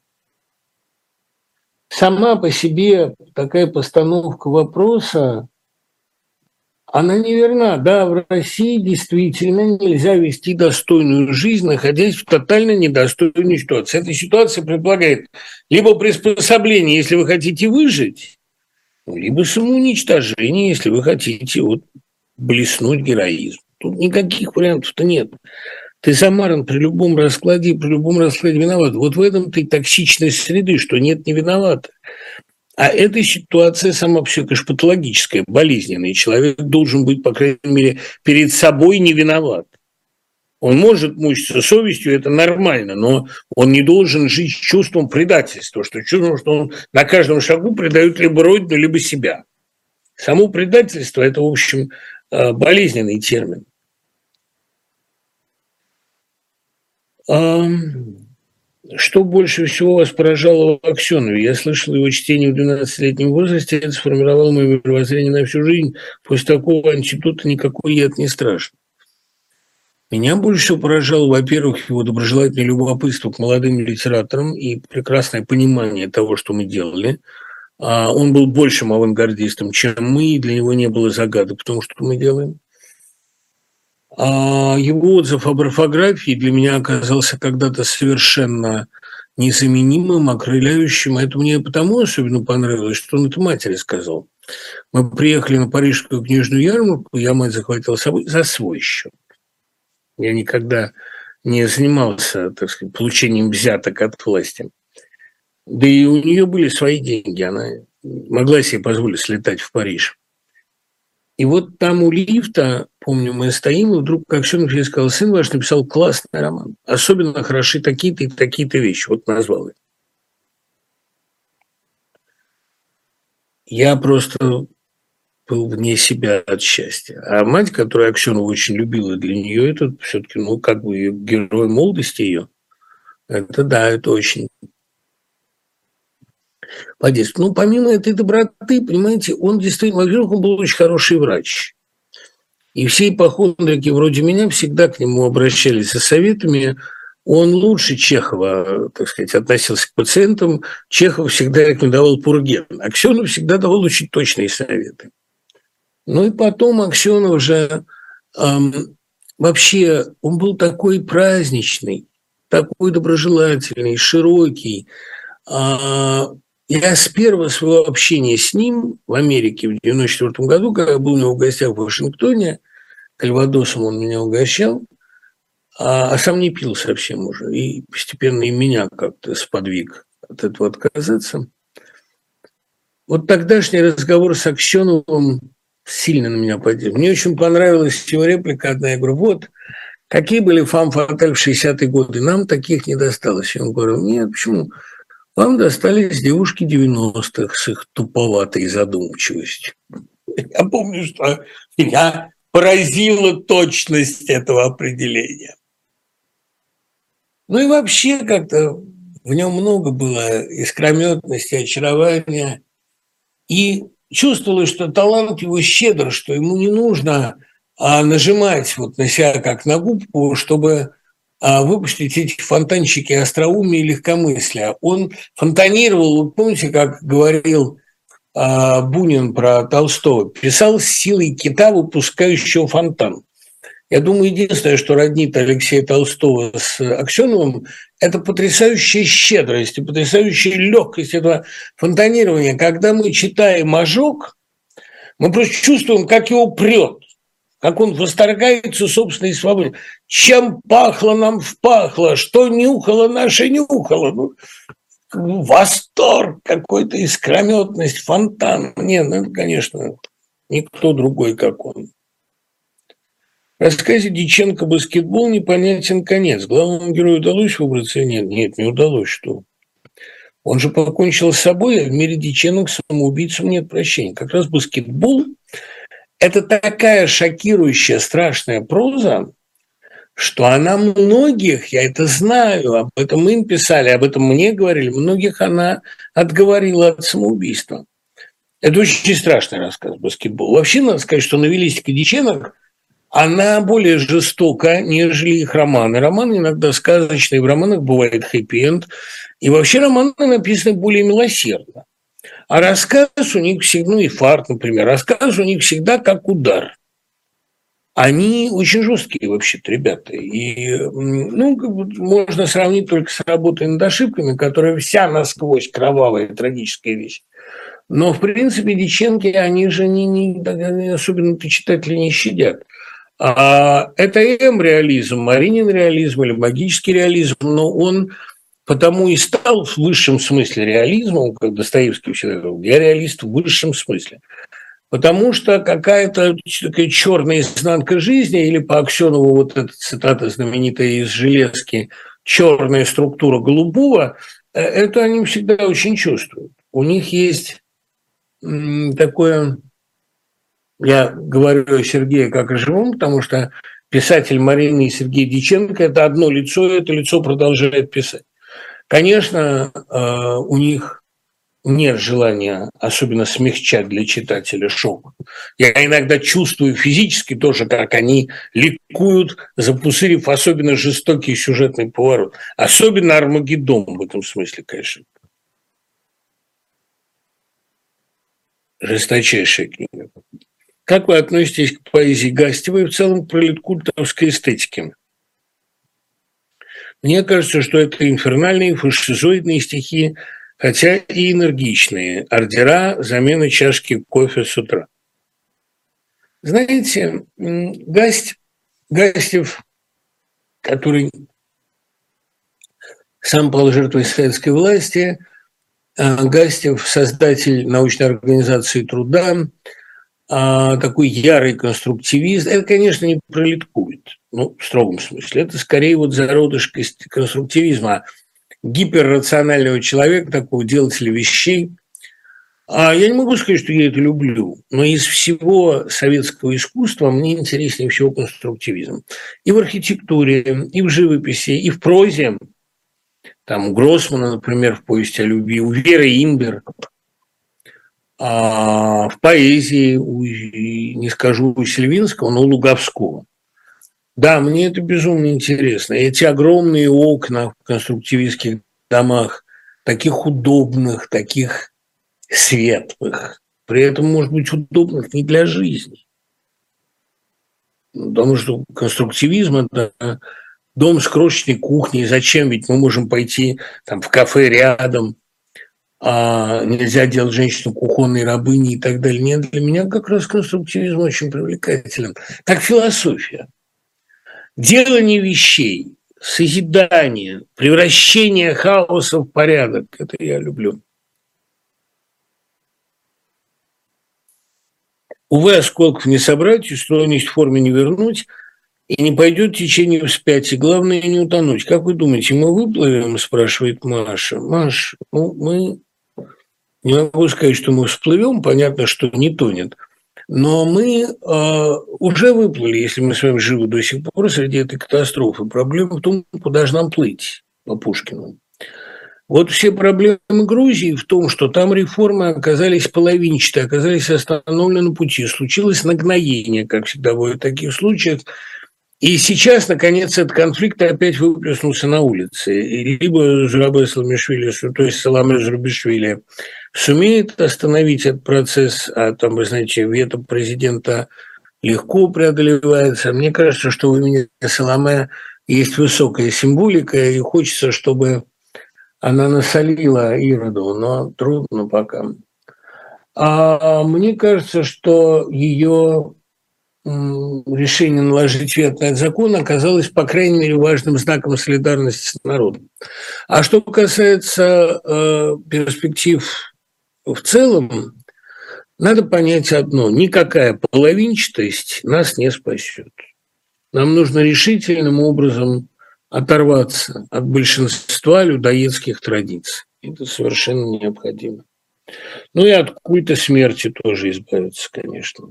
сама по себе такая постановка вопроса, она неверна. Да, в России действительно нельзя вести достойную жизнь, находясь в тотально недостойной ситуации. Эта ситуация предполагает либо приспособление, если вы хотите выжить, либо самоуничтожение, если вы хотите вот блеснуть героизм. Тут никаких вариантов-то нет. Ты, Самарин, при любом раскладе виноват. Вот в этом-то и токсичность среды, что нет, не виновата. А эта ситуация сама по себе, конечно, патологическая, болезненная. Человек должен быть, по крайней мере, перед собой не виноват. Он может мучиться совестью, это нормально, но он не должен жить с чувством предательства, что чувством, что он на каждом шагу предает либо родину, либо себя. Само предательство – это, в общем, болезненный термин. Что больше всего вас поражало в Аксенове? Я слышал его чтение в 12-летнем возрасте, это сформировало мое мировоззрение на всю жизнь. После такого антидота никакой яд не страшен. Меня больше всего поражало, во-первых, его доброжелательное любопытство к молодым литераторам и прекрасное понимание того, что мы делали. Он был большим авангардистом, чем мы, и для него не было загадок в том, что мы делаем. Его отзыв об орфографии для меня оказался когда-то совершенно незаменимым, окрыляющим. Это мне потому особенно понравилось, что он это матери сказал. Мы приехали на Парижскую книжную ярмарку, я мать захватила с собой за свой счет. Я никогда не занимался, так сказать, получением взяток от власти. Да и у нее были свои деньги, она могла себе позволить слетать в Париж. И вот там у лифта, помню, мы стоим, и вдруг Аксенов ей сказал: сын ваш написал классный роман. Особенно хороши такие-то и такие-то вещи. Вот назвал их. я просто был вне себя от счастья. А мать, которая Аксёнова очень любила, для нее это все-таки, ну, как бы её герой молодости ее. Это да, это очень подействует. Ну, помимо этой доброты, понимаете, он действительно, во-первых, он был очень хороший врач. И все ипохондрики вроде меня всегда к нему обращались со советами. Он лучше Чехова, так сказать, относился к пациентам. Чехов всегда рекомендовал Пурген. Аксёнов всегда давал очень точные советы. Ну и потом Аксёнов же вообще, он был такой праздничный, такой доброжелательный, широкий. Я с первого своего общения с ним в Америке в 1994 году, когда я был у него в гостях в Вашингтоне, кальвадосом он меня угощал, а сам не пил совсем уже. И постепенно и меня как-то сподвиг от этого отказаться. Вот тогдашний разговор с Аксёновым сильно на меня подействовал. Мне очень понравилась его реплика одна. Я говорю, вот, какие были фам-фаталь в 60-е годы, нам таких не досталось. И он говорил, нет, почему? Вам достались девушки 90-х с их туповатой задумчивостью. Я помню, что меня поразила точность этого определения. Ну и вообще как-то в нем много было искрометности, очарования. И чувствовалось, что талант его щедр, что ему не нужно нажимать вот на себя как на губку, чтобы выпустить эти фонтанчики остроумия и легкомыслия. Он фонтанировал, вы помните, как говорил Бунин про Толстого, писал с силой кита, выпускающего фонтан. Я думаю, единственное, что роднит Алексея Толстого с Аксёновым, это потрясающая щедрость и потрясающая легкость этого фонтанирования. Когда мы читаем «Ожог», мы просто чувствуем, как его прет, как он восторгается собственной свободой. Чем пахло нам впахло, что нюхало наше нюхало. Ну, восторг, какой-то искрометность, фонтан. Нет, ну это, конечно, никто другой, как он. В рассказе Дьяченко «Баскетбол» непонятен конец. Главному герою удалось выбраться? Нет, не удалось. Что? Он же покончил с собой, а в мире Дьяченко самоубийцам нет прощения. Как раз «Баскетбол» – это такая шокирующая, страшная проза, что она многих, я это знаю, об этом им писали, об этом мне говорили, многих она отговорила от самоубийства. Это очень страшный рассказ «Баскетбол». Вообще, надо сказать, что новеллистика Дьяченко она более жестока, нежели их романы. Романы иногда сказочные, в романах бывает хэппи-энд. И вообще романы написаны более милосердно. А рассказ у них всегда, ну и «Фарт», например, рассказ у них всегда как удар. Они очень жесткие вообще-то ребята. И ну, можно сравнить только с работой над ошибками, которая вся насквозь кровавая, трагическая вещь. Но, в принципе, Дьяченко, они же особенно-то читатели не щадят. Это реализм, Маринин реализм или магический реализм, но он потому и стал в высшем смысле реализмом, как Достоевский всегда говорил, я реалист в высшем смысле. Потому что какая-то такая черная изнанка жизни, или по Аксёнову вот эта цитата знаменитая из «Железки», черная структура голубого, это они всегда очень чувствуют. У них есть такое... Я говорю о Сергее как о живом, потому что писатель Марина и Сергей Дьяченко – это одно лицо, и это лицо продолжает писать. Конечно, у них нет желания особенно смягчать для читателя шок. Я иногда чувствую физически тоже, как они ликуют, запустив особенно жестокий сюжетный поворот. Особенно «Армагеддон» в этом смысле, конечно. Жесточайшая книга. Как вы относитесь к поэзии Гастева и в целом к пролеткультовской эстетике? Мне кажется, что это инфернальные, фашизоидные стихи, хотя и энергичные. Ордера, замена чашки кофе с утра. Знаете, Гастев, который сам пал жертвой советской власти, Гастев – создатель научной организации труда, такой ярый конструктивист, это, конечно, не пролеткует, ну, в строгом смысле. Это скорее вот зародыш конструктивизма, гиперрационального человека, такого делателя вещей. Я не могу сказать, что я это люблю, но из всего советского искусства мне интереснее всего конструктивизм. И в архитектуре, и в живописи, и в прозе. Там у Гроссмана, например, в «Повести о любви», у Веры Имбер, в поэзии, не скажу у Сильвинского, но у Луговского. Да, мне это безумно интересно. Эти огромные окна в конструктивистских домах, таких удобных, таких светлых, при этом, может быть, удобных не для жизни. Потому что конструктивизм – это дом с крошечной кухней. Зачем? Ведь мы можем пойти там, в кафе рядом, нельзя делать женщину кухонной рабыней и так далее. Нет, для меня как раз конструктивизм очень привлекателен. Как философия. Делание вещей, созидание, превращение хаоса в порядок – это я люблю. Увы, осколков не собрать, устроенность в форме не вернуть, и не пойдет течение вспять, и главное не утонуть. Как вы думаете, мы выплывем, спрашивает Маша. Маш, мы, не могу сказать, что мы всплывем, понятно, что не тонет, но мы уже выплыли, если мы с вами живы до сих пор среди этой катастрофы. Проблема в том, куда же нам плыть по Пушкину. Вот все проблемы Грузии в том, что там реформы оказались половинчатые, оказались остановлены на пути. Случилось нагноение, как всегда бывает в таких случаях. И сейчас, наконец, этот конфликт опять выплеснулся на улице. И либо Зурабе Саламишвили, то есть Саламе Зурабишвили, сумеет остановить этот процесс, а там, вы знаете, вето президента легко преодолевается. Мне кажется, что у имени Саламе есть высокая символика, и хочется, чтобы она насолила Ироду, но трудно пока. Мне кажется, что ее решение наложить вето на этот закон оказалось, по крайней мере, важным знаком солидарности с народом. А что касается перспектив в целом, надо понять одно. Никакая половинчатость нас не спасет. Нам нужно решительным образом оторваться от большинства людоедских традиций. Это совершенно необходимо. Ну и от культа смерти тоже избавиться, конечно.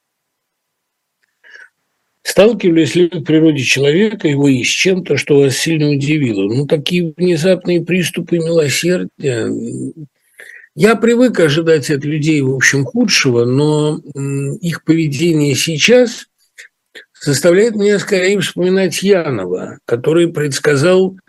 Сталкивались ли вы в природе человека, его и с чем-то, что вас сильно удивило? Ну, такие внезапные приступы милосердия. Я привык ожидать от людей, в общем, худшего, но их поведение сейчас заставляет меня скорее вспоминать Янова, который предсказал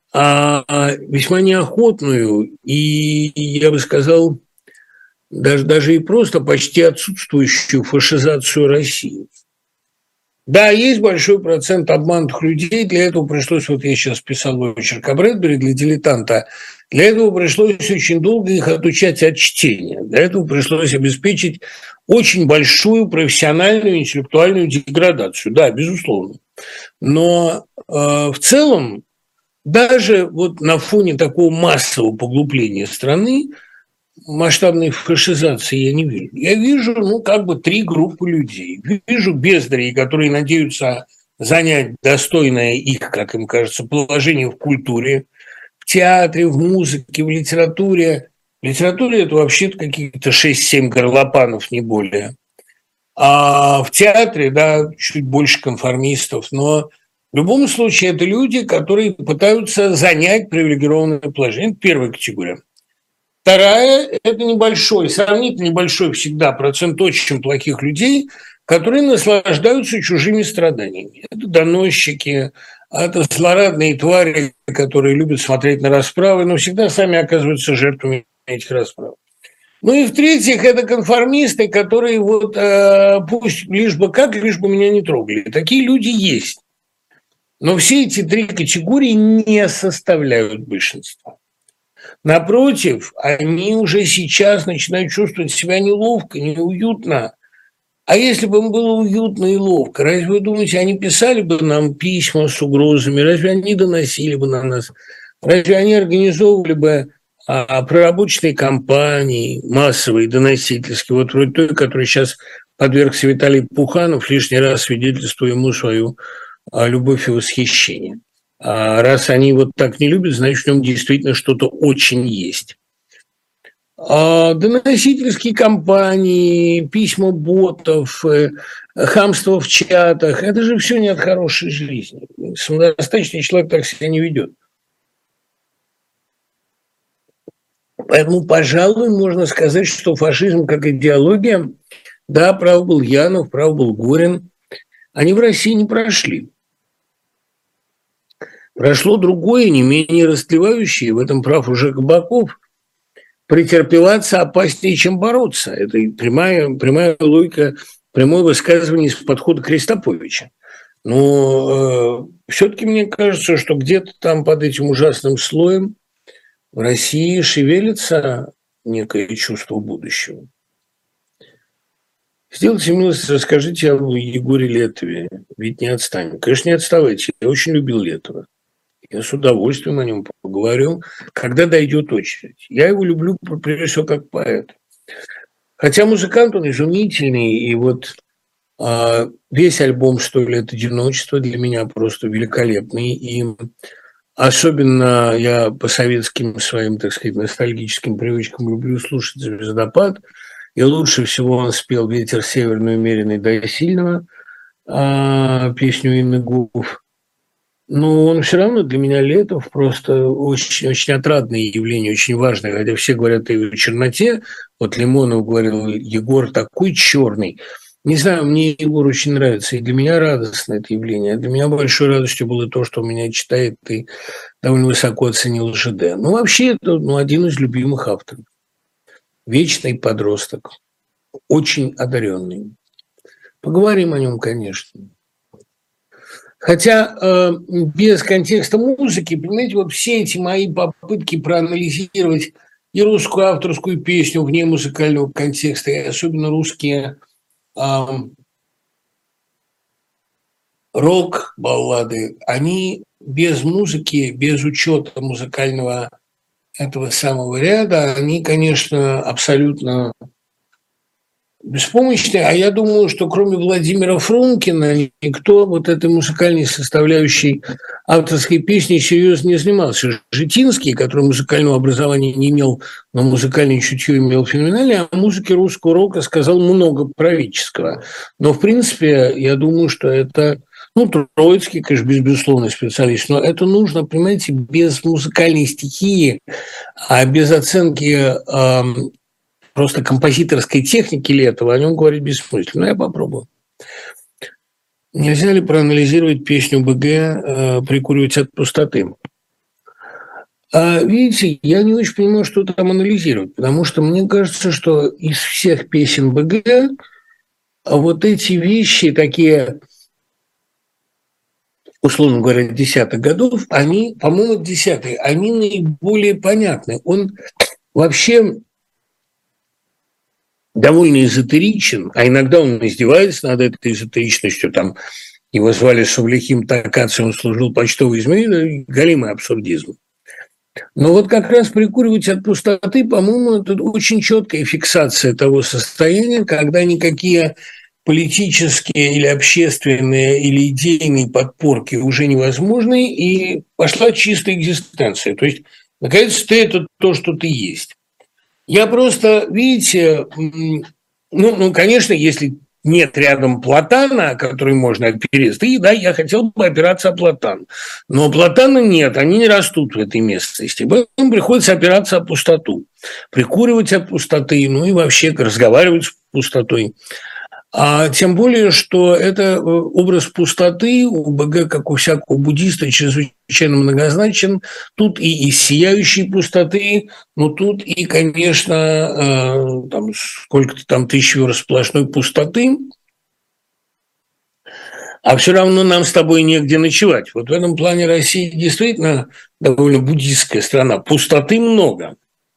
весьма неохотную и, я бы сказал, даже и просто почти отсутствующую фашизацию России. Да, есть большой процент обманутых людей, для этого пришлось, вот я сейчас писал очерк о Брэдбери для «Дилетанта», для этого пришлось очень долго их отучать от чтения, для этого пришлось обеспечить очень большую профессиональную интеллектуальную деградацию, да, безусловно. Но в целом, даже вот на фоне такого массового поглубления страны, масштабной фашизации я не вижу. Я вижу, три группы людей. Вижу бездарей, которые надеются занять достойное их, как им кажется, положение в культуре, в театре, в музыке, в литературе. В литературе это вообще-то какие-то 6-7 горлопанов, не более. А в театре, да, чуть больше конформистов. Но в любом случае это люди, которые пытаются занять привилегированное положение. Это первая категория. Вторая – это небольшой, сравнительно небольшой всегда процент очень плохих людей, которые наслаждаются чужими страданиями. Это доносчики, это злорадные твари, которые любят смотреть на расправы, но всегда сами оказываются жертвами этих расправ. Ну и в-третьих, это конформисты, которые пусть лишь бы меня не трогали. Такие люди есть. Но все эти три категории не составляют большинства. Напротив, они уже сейчас начинают чувствовать себя неловко, неуютно. А если бы им было уютно и ловко, разве вы думаете, они писали бы нам письма с угрозами, разве они доносили бы на нас, разве они организовывали бы проработочные кампании массовые, доносительские, вот вроде той, которой сейчас подвергся Виталий Пуханов, лишний раз свидетельствуя ему свою любовь и восхищение. А раз они вот так не любят, значит, в нем действительно что-то очень есть. Доносительские кампании, письма ботов, хамство в чатах – это же все не от хорошей жизни. Самодостаточный человек так себя не ведет. Поэтому, пожалуй, можно сказать, что фашизм как идеология, да, прав был Янов, прав был Горин, они в России не прошли. Прошло другое, не менее растлевающее, в этом прав уже Кабаков, претерпеваться опаснее, чем бороться. Это прямая логика, прямое высказывание из подхода Крестоповича. Но все-таки мне кажется, что где-то там под этим ужасным слоем в России шевелится некое чувство будущего. Сделайте милость, расскажите об Егоре Летове, ведь не отстанем. Конечно, не отставайте, я очень любил Летова. Я с удовольствием о нем поговорю, когда дойдет очередь. Я его люблю, прежде всего, как поэт. Хотя музыкант он изумительный, и вот весь альбом «100 лет одиночества» для меня просто великолепный. И особенно я по советским своим, так сказать, ностальгическим привычкам люблю слушать «Звездопад». И лучше всего он спел «Ветер северный умеренный до сильного», песню Инны Гуф. Но он все равно для меня Летов просто очень отрадное явление, очень важное. Хотя все говорят о его черноте. Вот Лимонов говорил, Егор такой черный. Не знаю, мне Егор очень нравится. И для меня радостно это явление. Для меня большой радостью было то, что он меня читает и довольно высоко оценил ЖД. Ну, вообще, это один из любимых авторов. Вечный подросток. Очень одаренный. Поговорим о нем, конечно. Хотя без контекста музыки, понимаете, вот все эти мои попытки проанализировать и русскую авторскую песню вне музыкального контекста, и особенно русские рок-баллады, они без музыки, без учета музыкального этого самого ряда, они, конечно, абсолютно беспомощные, а я думаю, что кроме Владимира Фрумкина никто вот этой музыкальной составляющей авторской песни серьезно не занимался. Житинский, который музыкального образования не имел, но музыкальное чутье имел феноменальное, о музыке русского рока сказал много правительского. Но, в принципе, я думаю, что это, Троицкий, конечно, безусловный специалист, но это нужно, понимаете, без музыкальной стихии, а без оценки просто композиторской техники Летова, о нем говорить бессмысленно. Я попробую. Нельзя ли проанализировать песню БГ «Прикуривать от пустоты»? Видите, я не очень понимаю, что там анализировать, потому что мне кажется, что из всех песен БГ вот эти вещи, такие, условно говоря, 10-х годов, они, по-моему, 10-е, они наиболее понятны. Он вообще довольно эзотеричен, а иногда он издевается над этой эзотеричностью. Там его звали Савлихим Такаци, он служил почтовой змеей, голимый абсурдизм. Но вот как раз «Прикуривать от пустоты», по-моему, это очень четкая фиксация того состояния, когда никакие политические или общественные или идейные подпорки уже невозможны, и пошла чистая экзистенция. То есть, наконец, ты – это то, что ты есть. Я просто, видите, конечно, если нет рядом Платана, который можно опереться, да, я хотел бы опираться о Платан. Но Платана нет, они не растут в этой местности. Поэтому приходится опираться о пустоту, прикуривать от пустоты, и вообще разговаривать с пустотой. А тем более, что это образ пустоты у БГ, как у всякого буддиста, чрезвычайно многозначен. Тут и из сияющей пустоты, но тут и, конечно, там сколько-то там тысяч верст сплошной пустоты. А все равно нам с тобой негде ночевать. Вот в этом плане Россия действительно довольно буддистская страна. Пустоты много.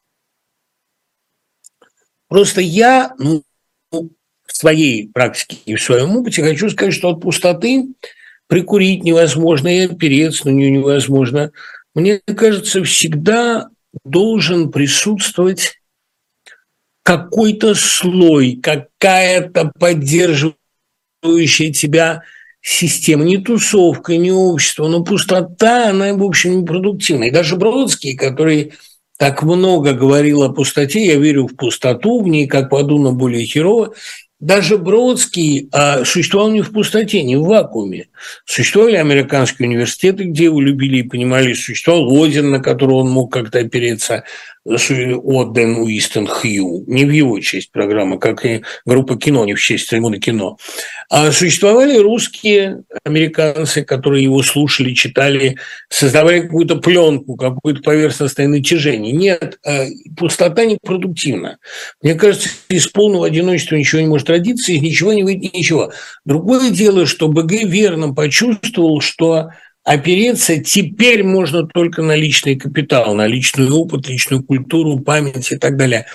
Просто я, в своей практике и в своем опыте хочу сказать, что от пустоты прикурить невозможно, и опереться на нее невозможно. Мне кажется, всегда должен присутствовать какой-то слой, какая-то поддерживающая тебя система, не тусовка, не общество, но пустота, она, в общем, непродуктивна. И даже Бродский, который так много говорил о пустоте, я верю в пустоту, в ней как в аду, но более херово. Даже Бродский существовал не в пустоте, не в вакууме. Существовали американские университеты, где его любили и понимали. Существовал Лозин, на которого он мог как-то опереться. Оден Уистон Хью. Не в его честь программа, как и группа кино, не в честь церемонии кино. А существовали русские американцы, которые его слушали, читали, создавали какую-то пленку, какое-то поверхностное натяжение. Нет, пустота непродуктивна. Мне кажется, из полного одиночества ничего не может родиться, из ничего не выйдет ничего. Другое дело, что БГ верно почувствовал, что опереться теперь можно только на личный капитал, на личный опыт, личную культуру, память и так далее.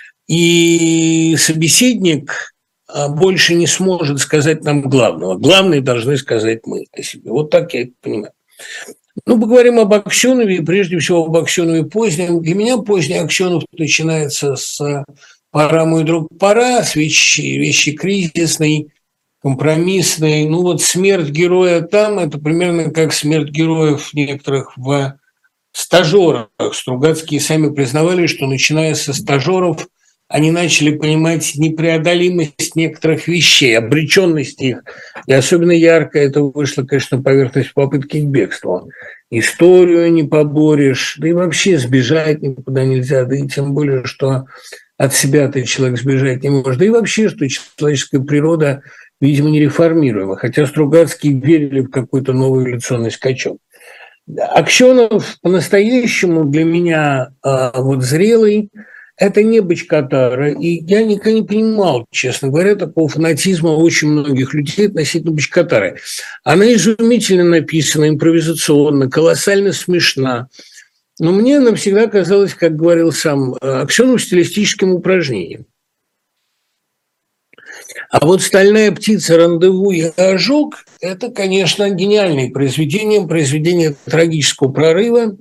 И собеседник больше не сможет сказать нам главного. Главное должны сказать мы о себе. Вот так я это понимаю. Ну, поговорим об Аксенове, прежде всего об Аксенове позднем. Для меня поздний Аксенов начинается с «Пора, мой друг, пора», с вещи кризисной, компромиссной. Ну, вот смерть героя там – это примерно как смерть героев некоторых в «Стажерах». Стругацкие сами признавали, что, начиная со «Стажеров», они начали понимать непреодолимость некоторых вещей, обреченность их. И особенно ярко это вышло, конечно, на поверхность попытки к бегству. Историю не поборешь, да и вообще сбежать никуда нельзя, да и тем более, что от себя-то человек сбежать не может. Да и вообще, что человеческая природа, видимо, нереформируема, хотя Стругацкие верили в какой-то новый эволюционный скачок. Аксенов по-настоящему для меня вот зрелый, это не Бочкатара, и я никогда не понимал, честно говоря, такого фанатизма очень многих людей относительно Бочкатары. Она изумительно написана, импровизационно, колоссально смешна. Но мне она всегда казалась, как говорил сам Аксенов, стилистическим упражнением. А вот «Стальная птица», «Рандеву» и «Ожог» – это, конечно, гениальные произведения, произведения трагического прорыва,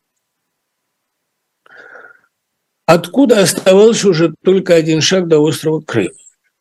откуда оставался уже только один шаг до острова Крым.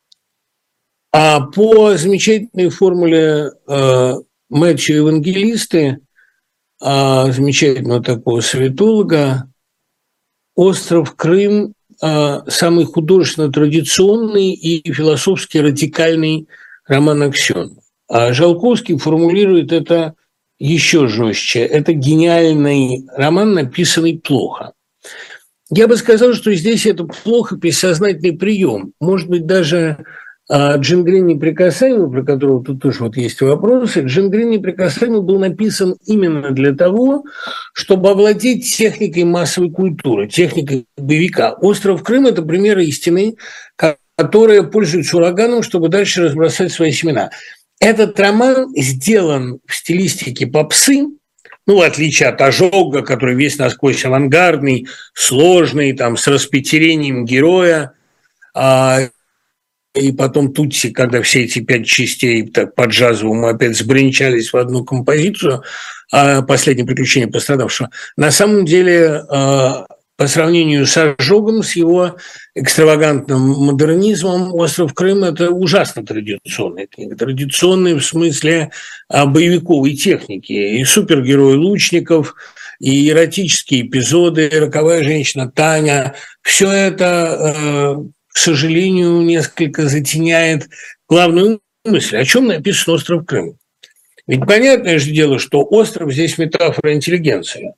А по замечательной формуле Мэтью Евангелисты, замечательного такого советолога, остров Крым самый художественно традиционный и философски радикальный роман Аксенова. А Жолковский формулирует это еще жестче. Это гениальный роман, написанный плохо. Я бы сказал, что здесь это плохо бессознательный прием. Может быть, даже Джим Грин «Неприкасаемый», про которого тут тоже вот есть вопросы, Джим Грин «Неприкасаемый» был написан именно для того, чтобы овладеть техникой массовой культуры, техникой боевика. «Остров Крым» – это пример истины, которая пользуется ураганом, чтобы дальше разбросать свои семена. Этот роман сделан в стилистике попсы, ну, в отличие от «Ожога», который весь насквозь авангардный, сложный, там, с распятерением героя, и потом Тутси, когда все эти 5 частей так по джазовому опять сбринчались в одну композицию, «Последнее приключение пострадавшего», на самом деле, по сравнению с «Ожогом», с его экстравагантным модернизмом, «Остров Крым» – это ужасно традиционная книга. Традиционная в смысле боевиковой техники. И супергерои Лучников, и эротические эпизоды, роковая женщина Таня – все это, к сожалению, несколько затеняет главную мысль. О чем написан «Остров Крым»? Ведь понятное же дело, что остров здесь метафора интеллигенции.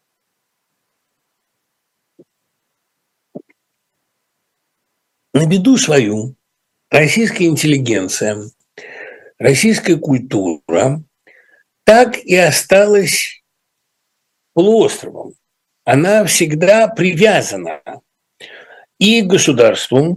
На беду свою российская интеллигенция, российская культура так и осталась полуостровом. Она всегда привязана и к государству,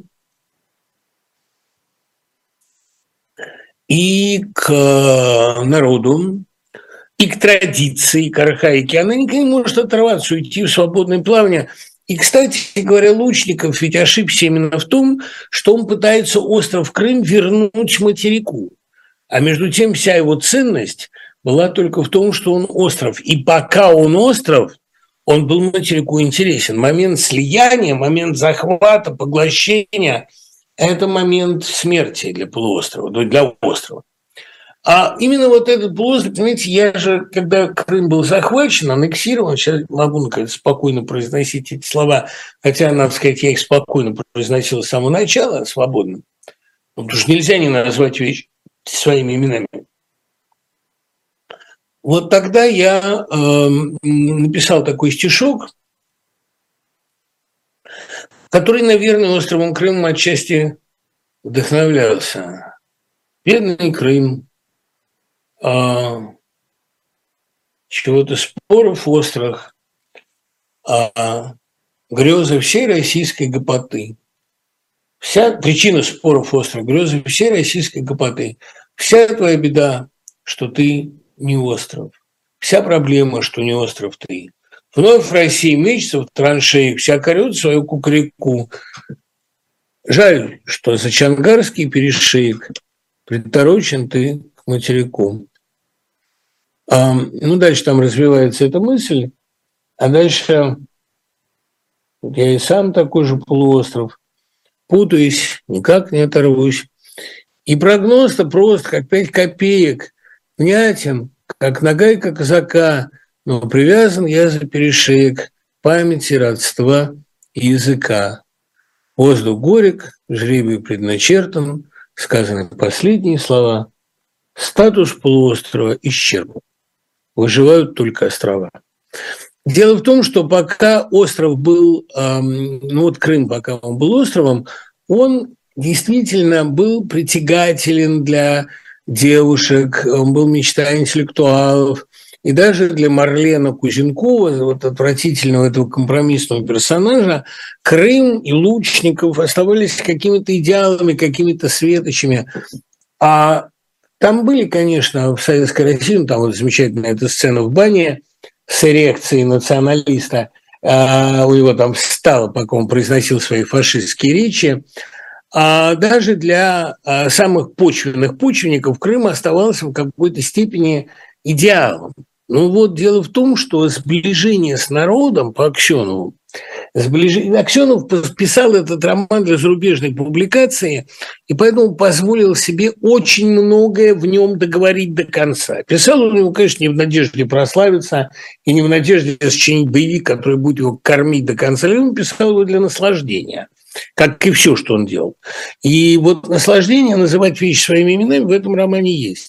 и к народу, и к традиции, к архаике. Она никогда не может оторваться, уйти в свободное плавание. И, кстати говоря, Лучников ведь ошибся именно в том, что он пытается остров Крым вернуть материку. А между тем вся его ценность была только в том, что он остров. И пока он остров, он был материку интересен. Момент слияния, момент захвата, поглощения – это момент смерти для полуострова, для острова. А именно вот этот полуостров, понимаете, я же, когда Крым был захвачен, аннексирован, сейчас могу, наконец, спокойно произносить эти слова, хотя, надо сказать, я их спокойно произносил с самого начала, свободно. Потому что нельзя не назвать вещи своими именами. Вот тогда я написал такой стишок, который, наверное, островом Крым отчасти вдохновлялся. Бедный Крым, чего-то споров острых, грезы всей российской гопоты. Вся причина споров острых, грезы всей российской гопоты. Вся твоя беда, что ты не остров. Вся проблема, что не остров ты. Вновь Россия мечется в траншеях, вся корёт свою кукареку. Жаль, что за Чангарский перешеек приторочен ты к материку. Дальше там развивается эта мысль, а дальше я и сам такой же полуостров, путаюсь, никак не оторвусь. И прогноз-то просто, как 5 копеек, внятен, как нагайка казака, но привязан я за перешеек памяти, родства и языка. Воздух горек, жребий предначертан, сказаны последние слова. Статус полуострова исчерпан. Выживают только острова. Дело в том, что пока остров был, Крым, пока он был островом, он действительно был притягателен для девушек, он был мечта интеллектуалов, и даже для Марлена Кузенкова, вот отвратительного этого компромиссного персонажа, Крым и Лучников оставались какими-то идеалами, какими-то светочами. А там были, конечно, в Советской России, там вот замечательная эта сцена в бане с эрекцией националиста, у него там встало, пока он произносил свои фашистские речи. А даже для самых почвенных почвенников Крым оставался в какой-то степени идеалом. Дело в том, что сближение с народом по Аксенову, Аксенов писал этот роман для зарубежной публикации, и поэтому позволил себе очень многое в нем договорить до конца. Писал он его, конечно, не в надежде прославиться и не в надежде сочинить боевик, который будет его кормить до конца. Он писал его для наслаждения, как и все, что он делал. И вот наслаждение называть вещи своими именами в этом романе есть.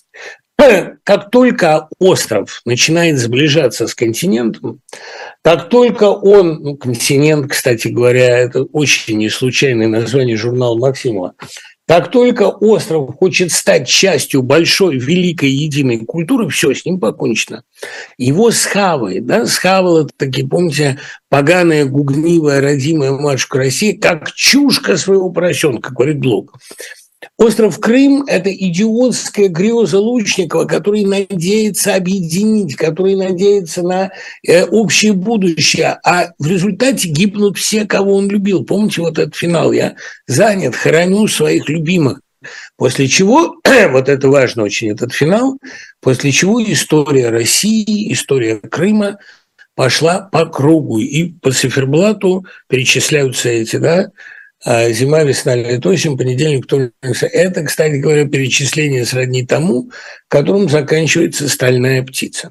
Как только остров начинает сближаться с континентом, как только он, континент, кстати говоря, это очень неслучайное название журнала Максимова, как только остров хочет стать частью большой, великой, единой культуры, все, с ним покончено. Его схавает, схавала, таки, помните, поганая, гугнивая, родимая матушка России, как чушка своего поросенка, говорит Блок. Остров Крым – это идиотская греза Лучникова, который надеется объединить, который надеется на общее будущее, а в результате гибнут все, кого он любил. Помните вот этот финал? Я занят, хороню своих любимых. После чего, вот это важно очень, этот финал, после чего история России, история Крыма пошла по кругу. И по циферблату перечисляются эти, зима, весна, лето, осень, понедельник, вторник. Это, кстати говоря, перечисление сродни тому, которым заканчивается «Стальная птица».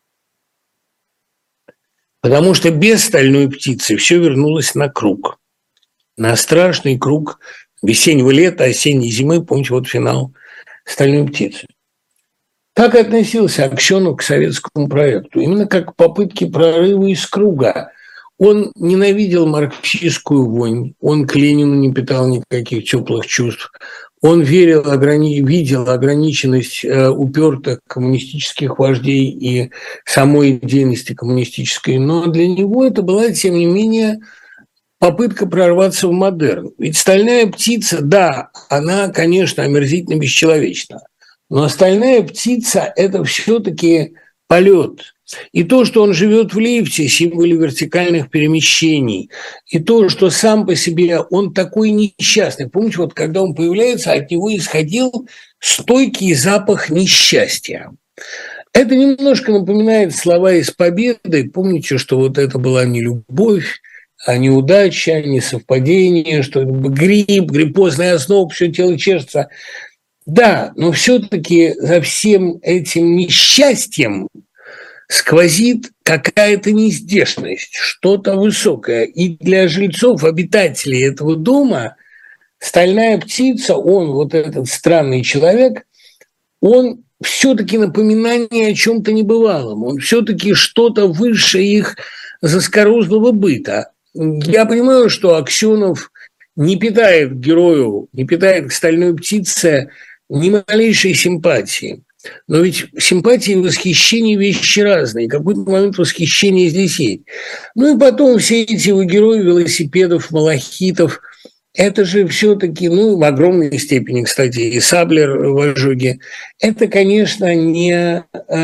Потому что без «Стальной птицы» все вернулось на круг, на страшный круг весеннего лета, осенней зимы. Помните, вот финал «Стальной птицы». Как относился Аксенов к советскому проекту? Именно как к попытке прорыва из круга. Он ненавидел марксистскую вонь, он к Ленину не питал никаких теплых чувств, он видел ограниченность упертых коммунистических вождей и самой идейности коммунистической, но для него это была, тем не менее, попытка прорваться в модерн. Ведь «Стальная птица», да, она, конечно, омерзительно бесчеловечна, но «Стальная птица» – это все-таки полет. И то, что он живет в лифте, символе вертикальных перемещений, и то, что сам по себе он такой несчастный. Помните, вот когда он появляется, от него исходил стойкий запах несчастья. Это немножко напоминает слова из «Победы». Помните, что вот это была не любовь, а неудача, не совпадение, что это грипп, гриппозная основа, все тело чешется. Да, но все-таки за всем этим несчастьем сквозит какая-то нездешность, что-то высокое. И для жильцов, обитателей этого дома, стальная птица, он, вот этот странный человек, он все-таки напоминание о чем-то небывалом, он все-таки что-то выше их заскорузлого быта. Я понимаю, что Аксенов не питает к герою, не питает к стальной птице ни малейшей симпатии. Но ведь симпатии и восхищение – вещи разные. Какой-то момент восхищения здесь есть. Ну и потом все эти его герои велосипедов, малахитов – это же все-таки, в огромной степени, кстати, и Саблер в «Ожоге», это, конечно, не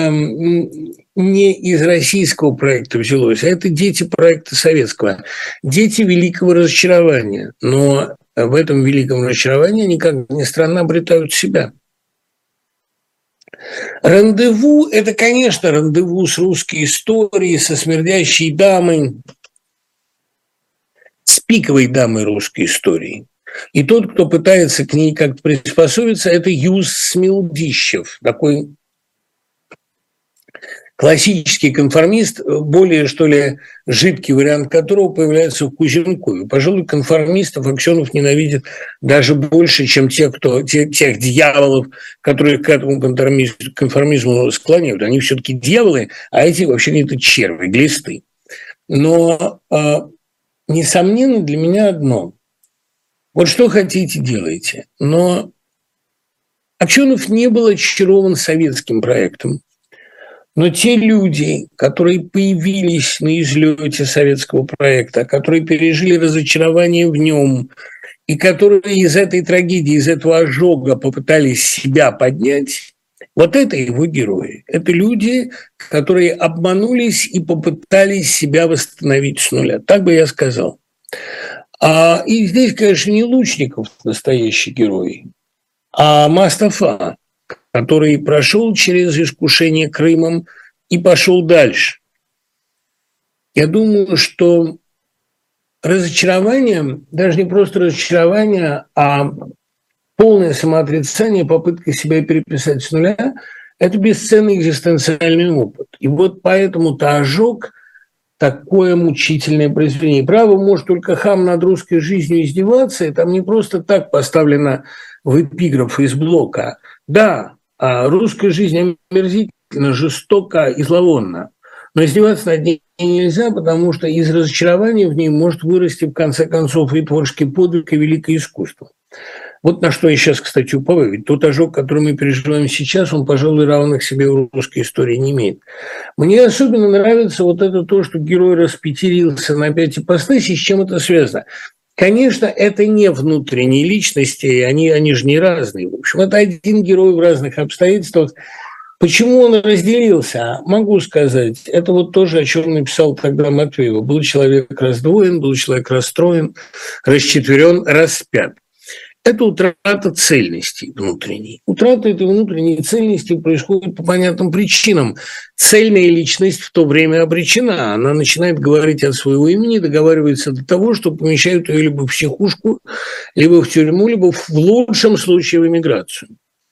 из российского проекта взялось, а это дети проекта советского, дети великого разочарования. Но в этом великом разочаровании они, как ни странно, обретают себя. «Рандеву» – это, конечно, рандеву с русской историей, со смердящей дамой, с пиковой дамой русской истории. И тот, кто пытается к ней как-то приспособиться, это Юз Смилдищев, такой классический конформист, более, что ли, жидкий вариант которого появляется в Кузенкове. Пожалуй, конформистов Аксенов ненавидит даже больше, чем тех дьяволов, которые к этому конформизму склоняют. Они все-таки дьяволы, а эти вообще какие-то черви, глисты. Но несомненно для меня одно. Вот что хотите, делайте. Но Аксенов не был очарован советским проектом. Но те люди, которые появились на излете советского проекта, которые пережили разочарование в нем, и которые из этой трагедии, из этого ожога попытались себя поднять, вот это его герои. Это люди, которые обманулись и попытались себя восстановить с нуля. Так бы я сказал. И здесь, конечно, не Лучников настоящий герой, а Мастафа, который прошел через искушение Крымом и пошел дальше. Я думаю, что разочарование, даже не просто разочарование, а полное самоотрицание, попытка себя переписать с нуля – это бесценный экзистенциальный опыт. И вот поэтому-то «Ожог» – такое мучительное произведение. Право, может только хам над русской жизнью издеваться, и там не просто так поставлено в эпиграф из Блока. Да, русская жизнь омерзительно, жестока и зловонна, но издеваться над ней нельзя, потому что из разочарования в ней может вырасти, в конце концов, и творческий подвиг, и великое искусство. Вот на что я сейчас, кстати, уповаю. Ведь тот ожог, который мы переживаем сейчас, он, пожалуй, равных себе в русской истории не имеет. Мне особенно нравится вот это то, что герой распетерился на 5 ипостасей. С чем это связано? Конечно, это не внутренние личности, они же не разные. В общем, это один герой в разных обстоятельствах. Почему он разделился? Могу сказать. Это вот тоже, о чем написал тогда Матвеева. Был человек раздвоен, был человек расстроен, расчетверен, распят. Это утрата цельности внутренней. Утрата этой внутренней цельности происходит по понятным причинам. Цельная личность в то время обречена. Она начинает говорить от своего имени, договаривается до того, что помещают ее либо в психушку, либо в тюрьму, либо в лучшем случае в эмиграцию.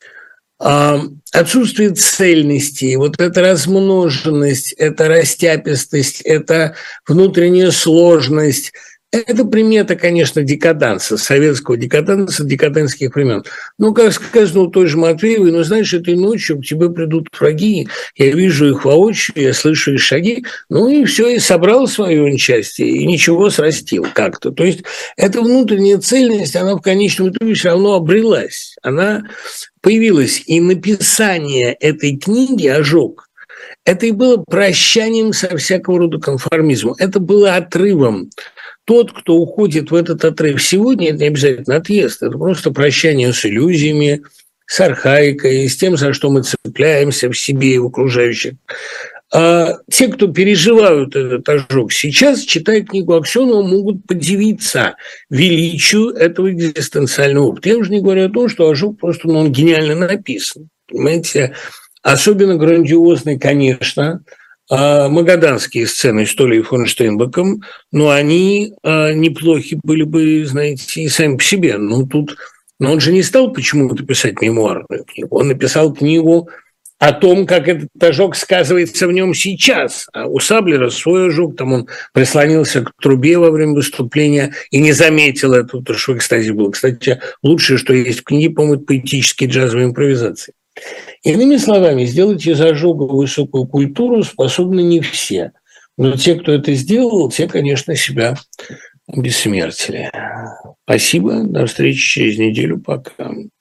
Отсутствие цельности, вот эта размноженность, эта растяпистость, эта внутренняя сложность – это примета, конечно, декаданса, советского декаданса, декадентских времен. Ну, как сказано у той же Матвеевой, знаешь, этой ночью к тебе придут враги, я вижу их воочию, я слышу их шаги, и все, и собрал свое счастье, и ничего срастил как-то. То есть эта внутренняя цельность, она в конечном итоге все равно обрелась, она появилась. И написание этой книги «Ожог» это и было прощанием со всякого рода конформизмом, это было отрывом. Тот, кто уходит в этот отрыв сегодня, это не обязательно отъезд, это просто прощание с иллюзиями, с архаикой, с тем, за что мы цепляемся в себе и в окружающих. А те, кто переживают этот ожог сейчас, читая книгу Аксенова, могут подивиться величию этого экзистенциального опыта. Я уже не говорю о том, что ожог просто он гениально написан. Понимаете, особенно грандиозный, конечно, магаданские сцены с Толей фон Штейнбеком, но они неплохи были бы, знаете, и сами по себе. Тут Но он же не стал почему-то писать мемуарную книгу. Он написал книгу о том, как этот ожог сказывается в нем сейчас. А у Саблера свой ожог, там он прислонился к трубе во время выступления и не заметил это, потому что в экстазе было. Кстати, лучшее, что есть в книге, по-моему, это поэтические джазовые импровизации. Иными словами, сделать из ожога высокую культуру способны не все. Но те, кто это сделал, те, конечно, себя обессмертили. Спасибо. До встречи через неделю. Пока.